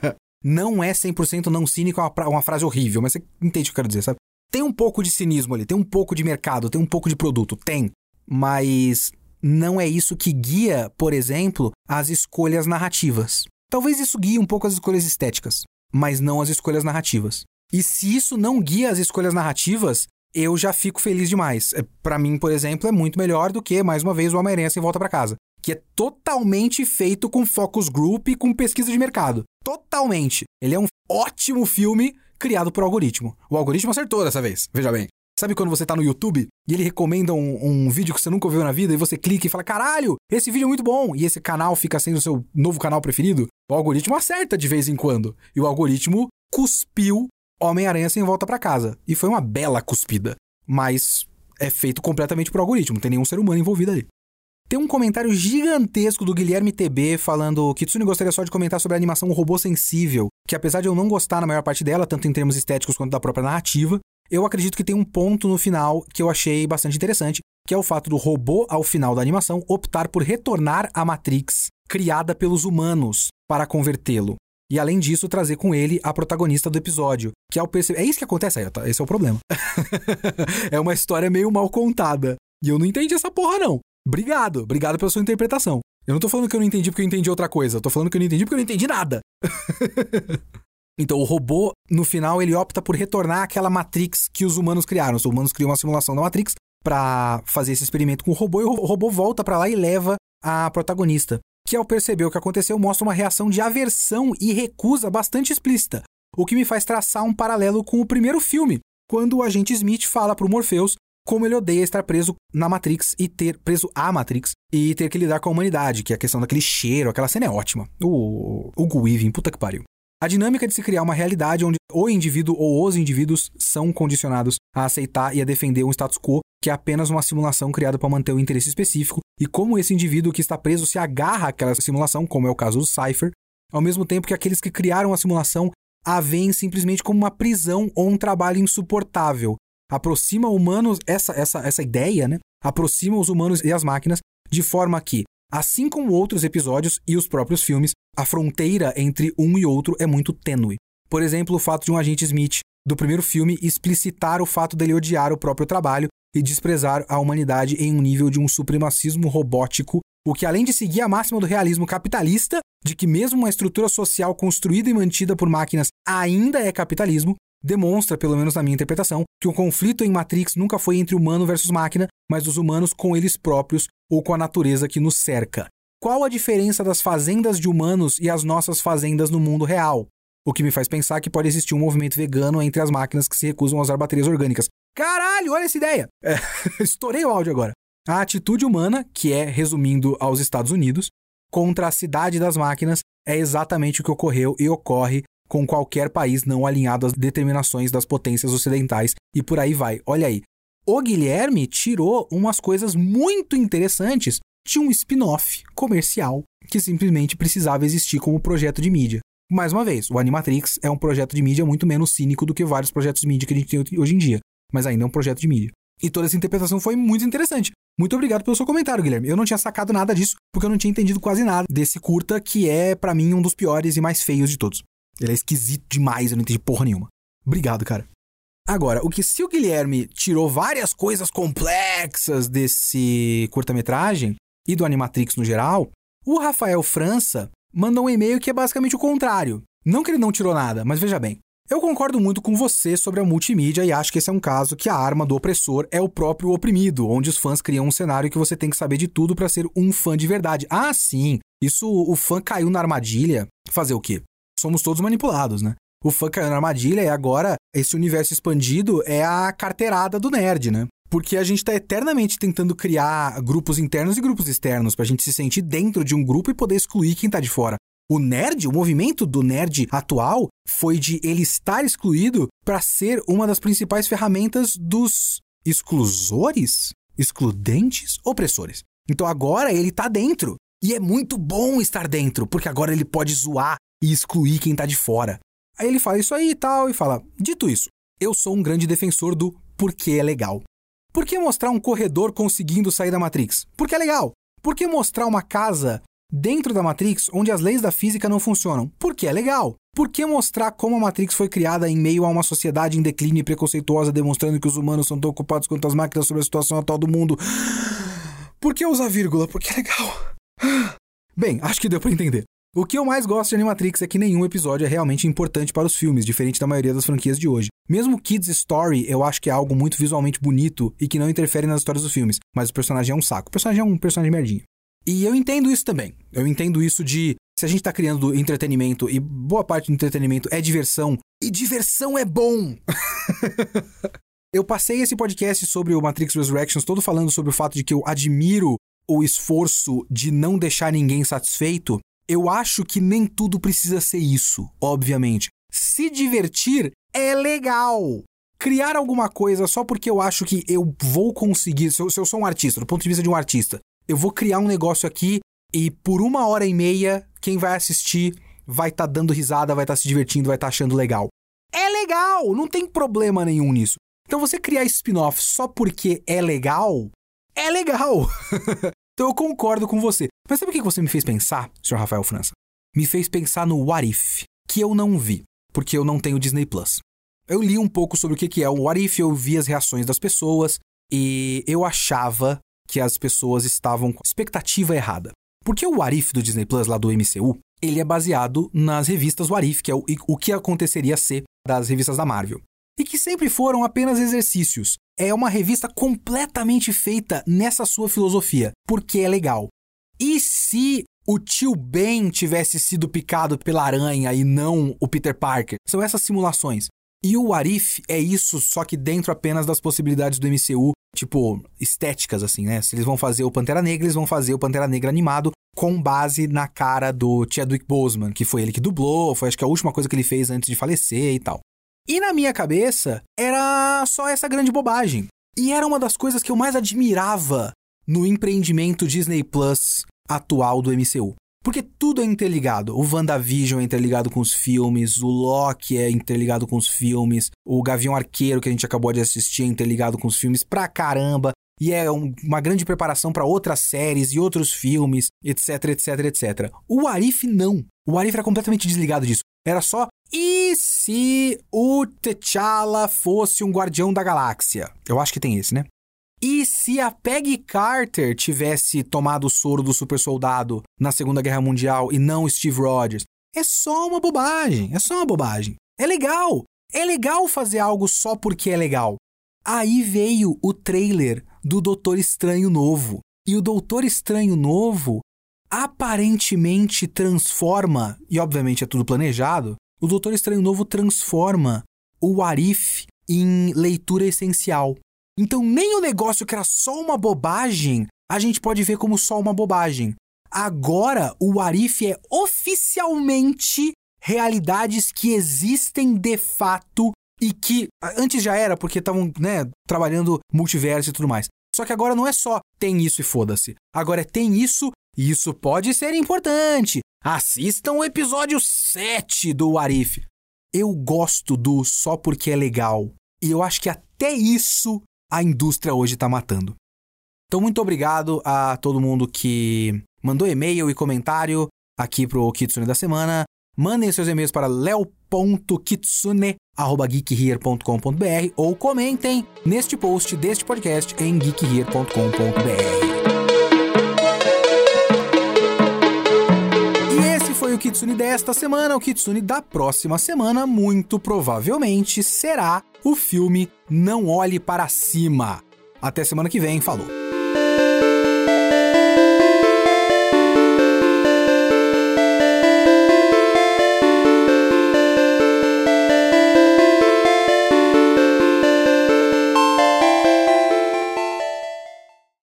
Não é cem por cento não cínico, é uma, uma frase horrível, mas você entende o que eu quero dizer, sabe? Tem um pouco de cinismo ali, tem um pouco de mercado, tem um pouco de produto, tem. Mas não é isso que guia, por exemplo, as escolhas narrativas. Talvez isso guie um pouco as escolhas estéticas, mas não as escolhas narrativas. E se isso não guia as escolhas narrativas, eu já fico feliz demais. Pra mim, por exemplo, é muito melhor do que, mais uma vez, o Homem-Aranha Sem Volta Pra Casa, que é totalmente feito com focus group e com pesquisa de mercado. Totalmente. Ele é um ótimo filme criado por algoritmo. O algoritmo acertou dessa vez, veja bem. Sabe quando você tá no YouTube e ele recomenda um, um vídeo que você nunca ouviu na vida e você clica e fala, caralho, esse vídeo é muito bom, e esse canal fica sendo o seu novo canal preferido? O algoritmo acerta de vez em quando. E o algoritmo cuspiu Homem-Aranha Sem Volta Pra Casa. E foi uma bela cuspida. Mas é feito completamente por algoritmo, não tem nenhum ser humano envolvido ali. Tem um comentário gigantesco do Guilherme T B falando que Kitsune gostaria só de comentar sobre a animação Robô Sensível, que apesar de eu não gostar na maior parte dela, tanto em termos estéticos quanto da própria narrativa, eu acredito que tem um ponto no final que eu achei bastante interessante, que é o fato do robô, ao final da animação, optar por retornar à Matrix criada pelos humanos para convertê-lo. E além disso, trazer com ele a protagonista do episódio, que ao perceber... É isso que acontece aí, tá? Esse é o problema. É uma história meio mal contada. E eu não entendi essa porra, não. Obrigado, obrigado pela sua interpretação. Eu não tô falando que eu não entendi porque eu entendi outra coisa. Eu tô falando que eu não entendi porque eu não entendi nada. Então, o robô, no final, ele opta por retornar àquela Matrix que os humanos criaram. Os humanos criam uma simulação da Matrix pra fazer esse experimento com o robô, e o robô volta pra lá e leva a protagonista, que ao perceber o que aconteceu, mostra uma reação de aversão e recusa bastante explícita, o que me faz traçar um paralelo com o primeiro filme, quando o agente Smith fala pro Morpheus como ele odeia estar preso na Matrix e ter preso à Matrix e ter que lidar com a humanidade, que é a questão daquele cheiro, aquela cena é ótima. O Hugo Weaving, puta que pariu. A dinâmica de se criar uma realidade onde o indivíduo ou os indivíduos são condicionados a aceitar e a defender um status quo que é apenas uma simulação criada para manter um interesse específico, e como esse indivíduo que está preso se agarra àquela simulação, como é o caso do Cypher, ao mesmo tempo que aqueles que criaram a simulação a veem simplesmente como uma prisão ou um trabalho insuportável. Aproxima humanos, essa, essa, essa ideia, né? Aproxima os humanos e as máquinas de forma que, assim como outros episódios e os próprios filmes, a fronteira entre um e outro é muito tênue. Por exemplo, o fato de um agente Smith do primeiro filme explicitar o fato dele odiar o próprio trabalho e desprezar a humanidade em um nível de um supremacismo robótico, o que, além de seguir a máxima do realismo capitalista, de que mesmo uma estrutura social construída e mantida por máquinas ainda é capitalismo, demonstra, pelo menos na minha interpretação, que o conflito em Matrix nunca foi entre humano versus máquina, mas dos humanos com eles próprios ou com a natureza que nos cerca. qual a diferença das fazendas de humanos e as nossas fazendas no mundo real? O que me faz pensar que pode existir um movimento vegano entre as máquinas que se recusam a usar baterias orgânicas. Caralho, olha essa ideia! É, estourei o áudio agora. A atitude humana, que é, resumindo, aos Estados Unidos, contra a cidade das máquinas, é exatamente o que ocorreu e ocorre com qualquer país não alinhado às determinações das potências ocidentais e por aí vai. Olha aí. O Guilherme tirou umas coisas muito interessantes de um spin-off comercial que simplesmente precisava existir como projeto de mídia. Mais uma vez, o Animatrix é um projeto de mídia muito menos cínico do que vários projetos de mídia que a gente tem hoje em dia, mas ainda é um projeto de mídia. E toda essa interpretação foi muito interessante. Muito obrigado pelo seu comentário, Guilherme. Eu não tinha sacado nada disso, porque eu não tinha entendido quase nada desse curta, que é, pra mim, um dos piores e mais feios de todos. Ele é esquisito demais, eu não entendi porra nenhuma. Obrigado, cara. Agora, o que se o Guilherme tirou várias coisas complexas desse curta-metragem, e do Animatrix no geral, o Rafael França mandou um e-mail que é basicamente o contrário. Não que ele não tirou nada, mas veja bem. Eu concordo muito com você sobre a multimídia e acho que esse é um caso que a arma do opressor é o próprio oprimido, onde os fãs criam um cenário que você tem que saber de tudo pra ser um fã de verdade. Ah, sim, isso o fã caiu na armadilha. Fazer o quê? Somos todos manipulados, né? O fã caiu na armadilha e agora esse universo expandido é a carteirada do nerd, né? Porque a gente tá eternamente tentando criar grupos internos e grupos externos pra gente se sentir dentro de um grupo e poder excluir quem tá de fora. O nerd, o movimento do nerd atual foi de ele estar excluído para ser uma das principais ferramentas dos exclusores, excludentes, opressores. Então agora ele tá dentro. E é muito bom estar dentro, porque agora ele pode zoar e excluir quem tá de fora. Aí ele fala isso aí e tal, e fala, dito isso, eu sou um grande defensor do porque é legal. Por que mostrar um corredor conseguindo sair da Matrix? Porque é legal. Por que mostrar uma casa dentro da Matrix, onde as leis da física não funcionam? Porque é legal. Por que mostrar como a Matrix foi criada em meio a uma sociedade em declínio e preconceituosa, demonstrando que os humanos são tão ocupados quanto as máquinas sobre a situação atual do mundo? Por que usar vírgula? Porque é legal. Bem, acho que deu pra entender. O que eu mais gosto de Animatrix é que nenhum episódio é realmente importante para os filmes, diferente da maioria das franquias de hoje. Mesmo Kids Story, eu acho que é algo muito visualmente bonito e que não interfere nas histórias dos filmes, mas o personagem é um saco. O personagem é um personagem merdinho. E eu entendo isso também. Eu entendo isso de, se a gente tá criando entretenimento, e boa parte do entretenimento é diversão, e diversão é bom! Eu passei esse podcast sobre o Matrix Resurrections todo falando sobre o fato de que eu admiro o esforço de não deixar ninguém satisfeito. Eu acho que nem tudo precisa ser isso, obviamente. Se divertir é legal. Criar alguma coisa só porque eu acho que eu vou conseguir, se eu, se eu sou um artista, do ponto de vista de um artista, eu vou criar um negócio aqui e por uma hora e meia, quem vai assistir vai estar tá dando risada, vai estar tá se divertindo, vai estar tá achando legal. É legal, não tem problema nenhum nisso. Então você criar spin-off só porque é legal, é legal. Então eu concordo com você. Mas sabe o que você me fez pensar, senhor Rafael França? Me fez pensar no What If, que eu não vi, porque eu não tenho Disney Plus. Eu li um pouco sobre o que é o What If, eu vi as reações das pessoas e eu achava que as pessoas estavam com expectativa errada. Porque o What If do Disney Plus, lá do M C U, ele é baseado nas revistas What If, que é o, o que aconteceria ser das revistas da Marvel. E que sempre foram apenas exercícios. É uma revista completamente feita nessa sua filosofia, porque é legal. E se o tio Ben tivesse sido picado pela aranha e não o Peter Parker? São essas simulações. E o What If é isso, só que dentro apenas das possibilidades do M C U, tipo, estéticas, assim, né? Se eles vão fazer o Pantera Negra, eles vão fazer o Pantera Negra animado com base na cara do Chadwick Boseman, que foi ele que dublou, foi acho que a última coisa que ele fez antes de falecer e tal. E na minha cabeça, era só essa grande bobagem. E era uma das coisas que eu mais admirava no empreendimento Disney Plus atual do M C U. Porque tudo é interligado. O WandaVision é interligado com os filmes, o Loki é interligado com os filmes, o Gavião Arqueiro, que a gente acabou de assistir, é interligado com os filmes pra caramba. E é um, uma grande preparação para outras séries e outros filmes, etc, etc, etcétera. O What If não. O What If era completamente desligado disso. Era só, e se o T'Challa fosse um Guardião da Galáxia? Eu acho que tem esse, né? E se a Peggy Carter tivesse tomado o soro do super soldado na Segunda Guerra Mundial e não Steve Rogers? É só uma bobagem, é só uma bobagem. É legal, é legal fazer algo só porque é legal. Aí veio o trailer do Doutor Estranho Novo. E o Doutor Estranho Novo aparentemente transforma, e obviamente é tudo planejado, o Doutor Estranho Novo transforma o What If em leitura essencial. Então nem o negócio que era só uma bobagem, a gente pode ver como só uma bobagem. Agora o What If é oficialmente realidades que existem de fato e que antes já era porque estavam, né, trabalhando multiverso e tudo mais. Só que agora não é só tem isso e foda-se. Agora é tem isso e isso pode ser importante. Assistam o episódio sete do What If. Eu gosto do só porque é legal. E eu acho que até isso a indústria hoje tá matando. Então muito obrigado a todo mundo que mandou e-mail e comentário aqui pro Kitsune da Semana. Mandem seus e-mails para leo ponto kitsune arroba geek here ponto com ponto b r ou comentem neste post deste podcast em geek here ponto com ponto b r. E esse foi o Kitsune desta semana. O Kitsune da próxima semana, muito provavelmente, será o filme Não Olhe Para Cima. Até semana que vem, falou!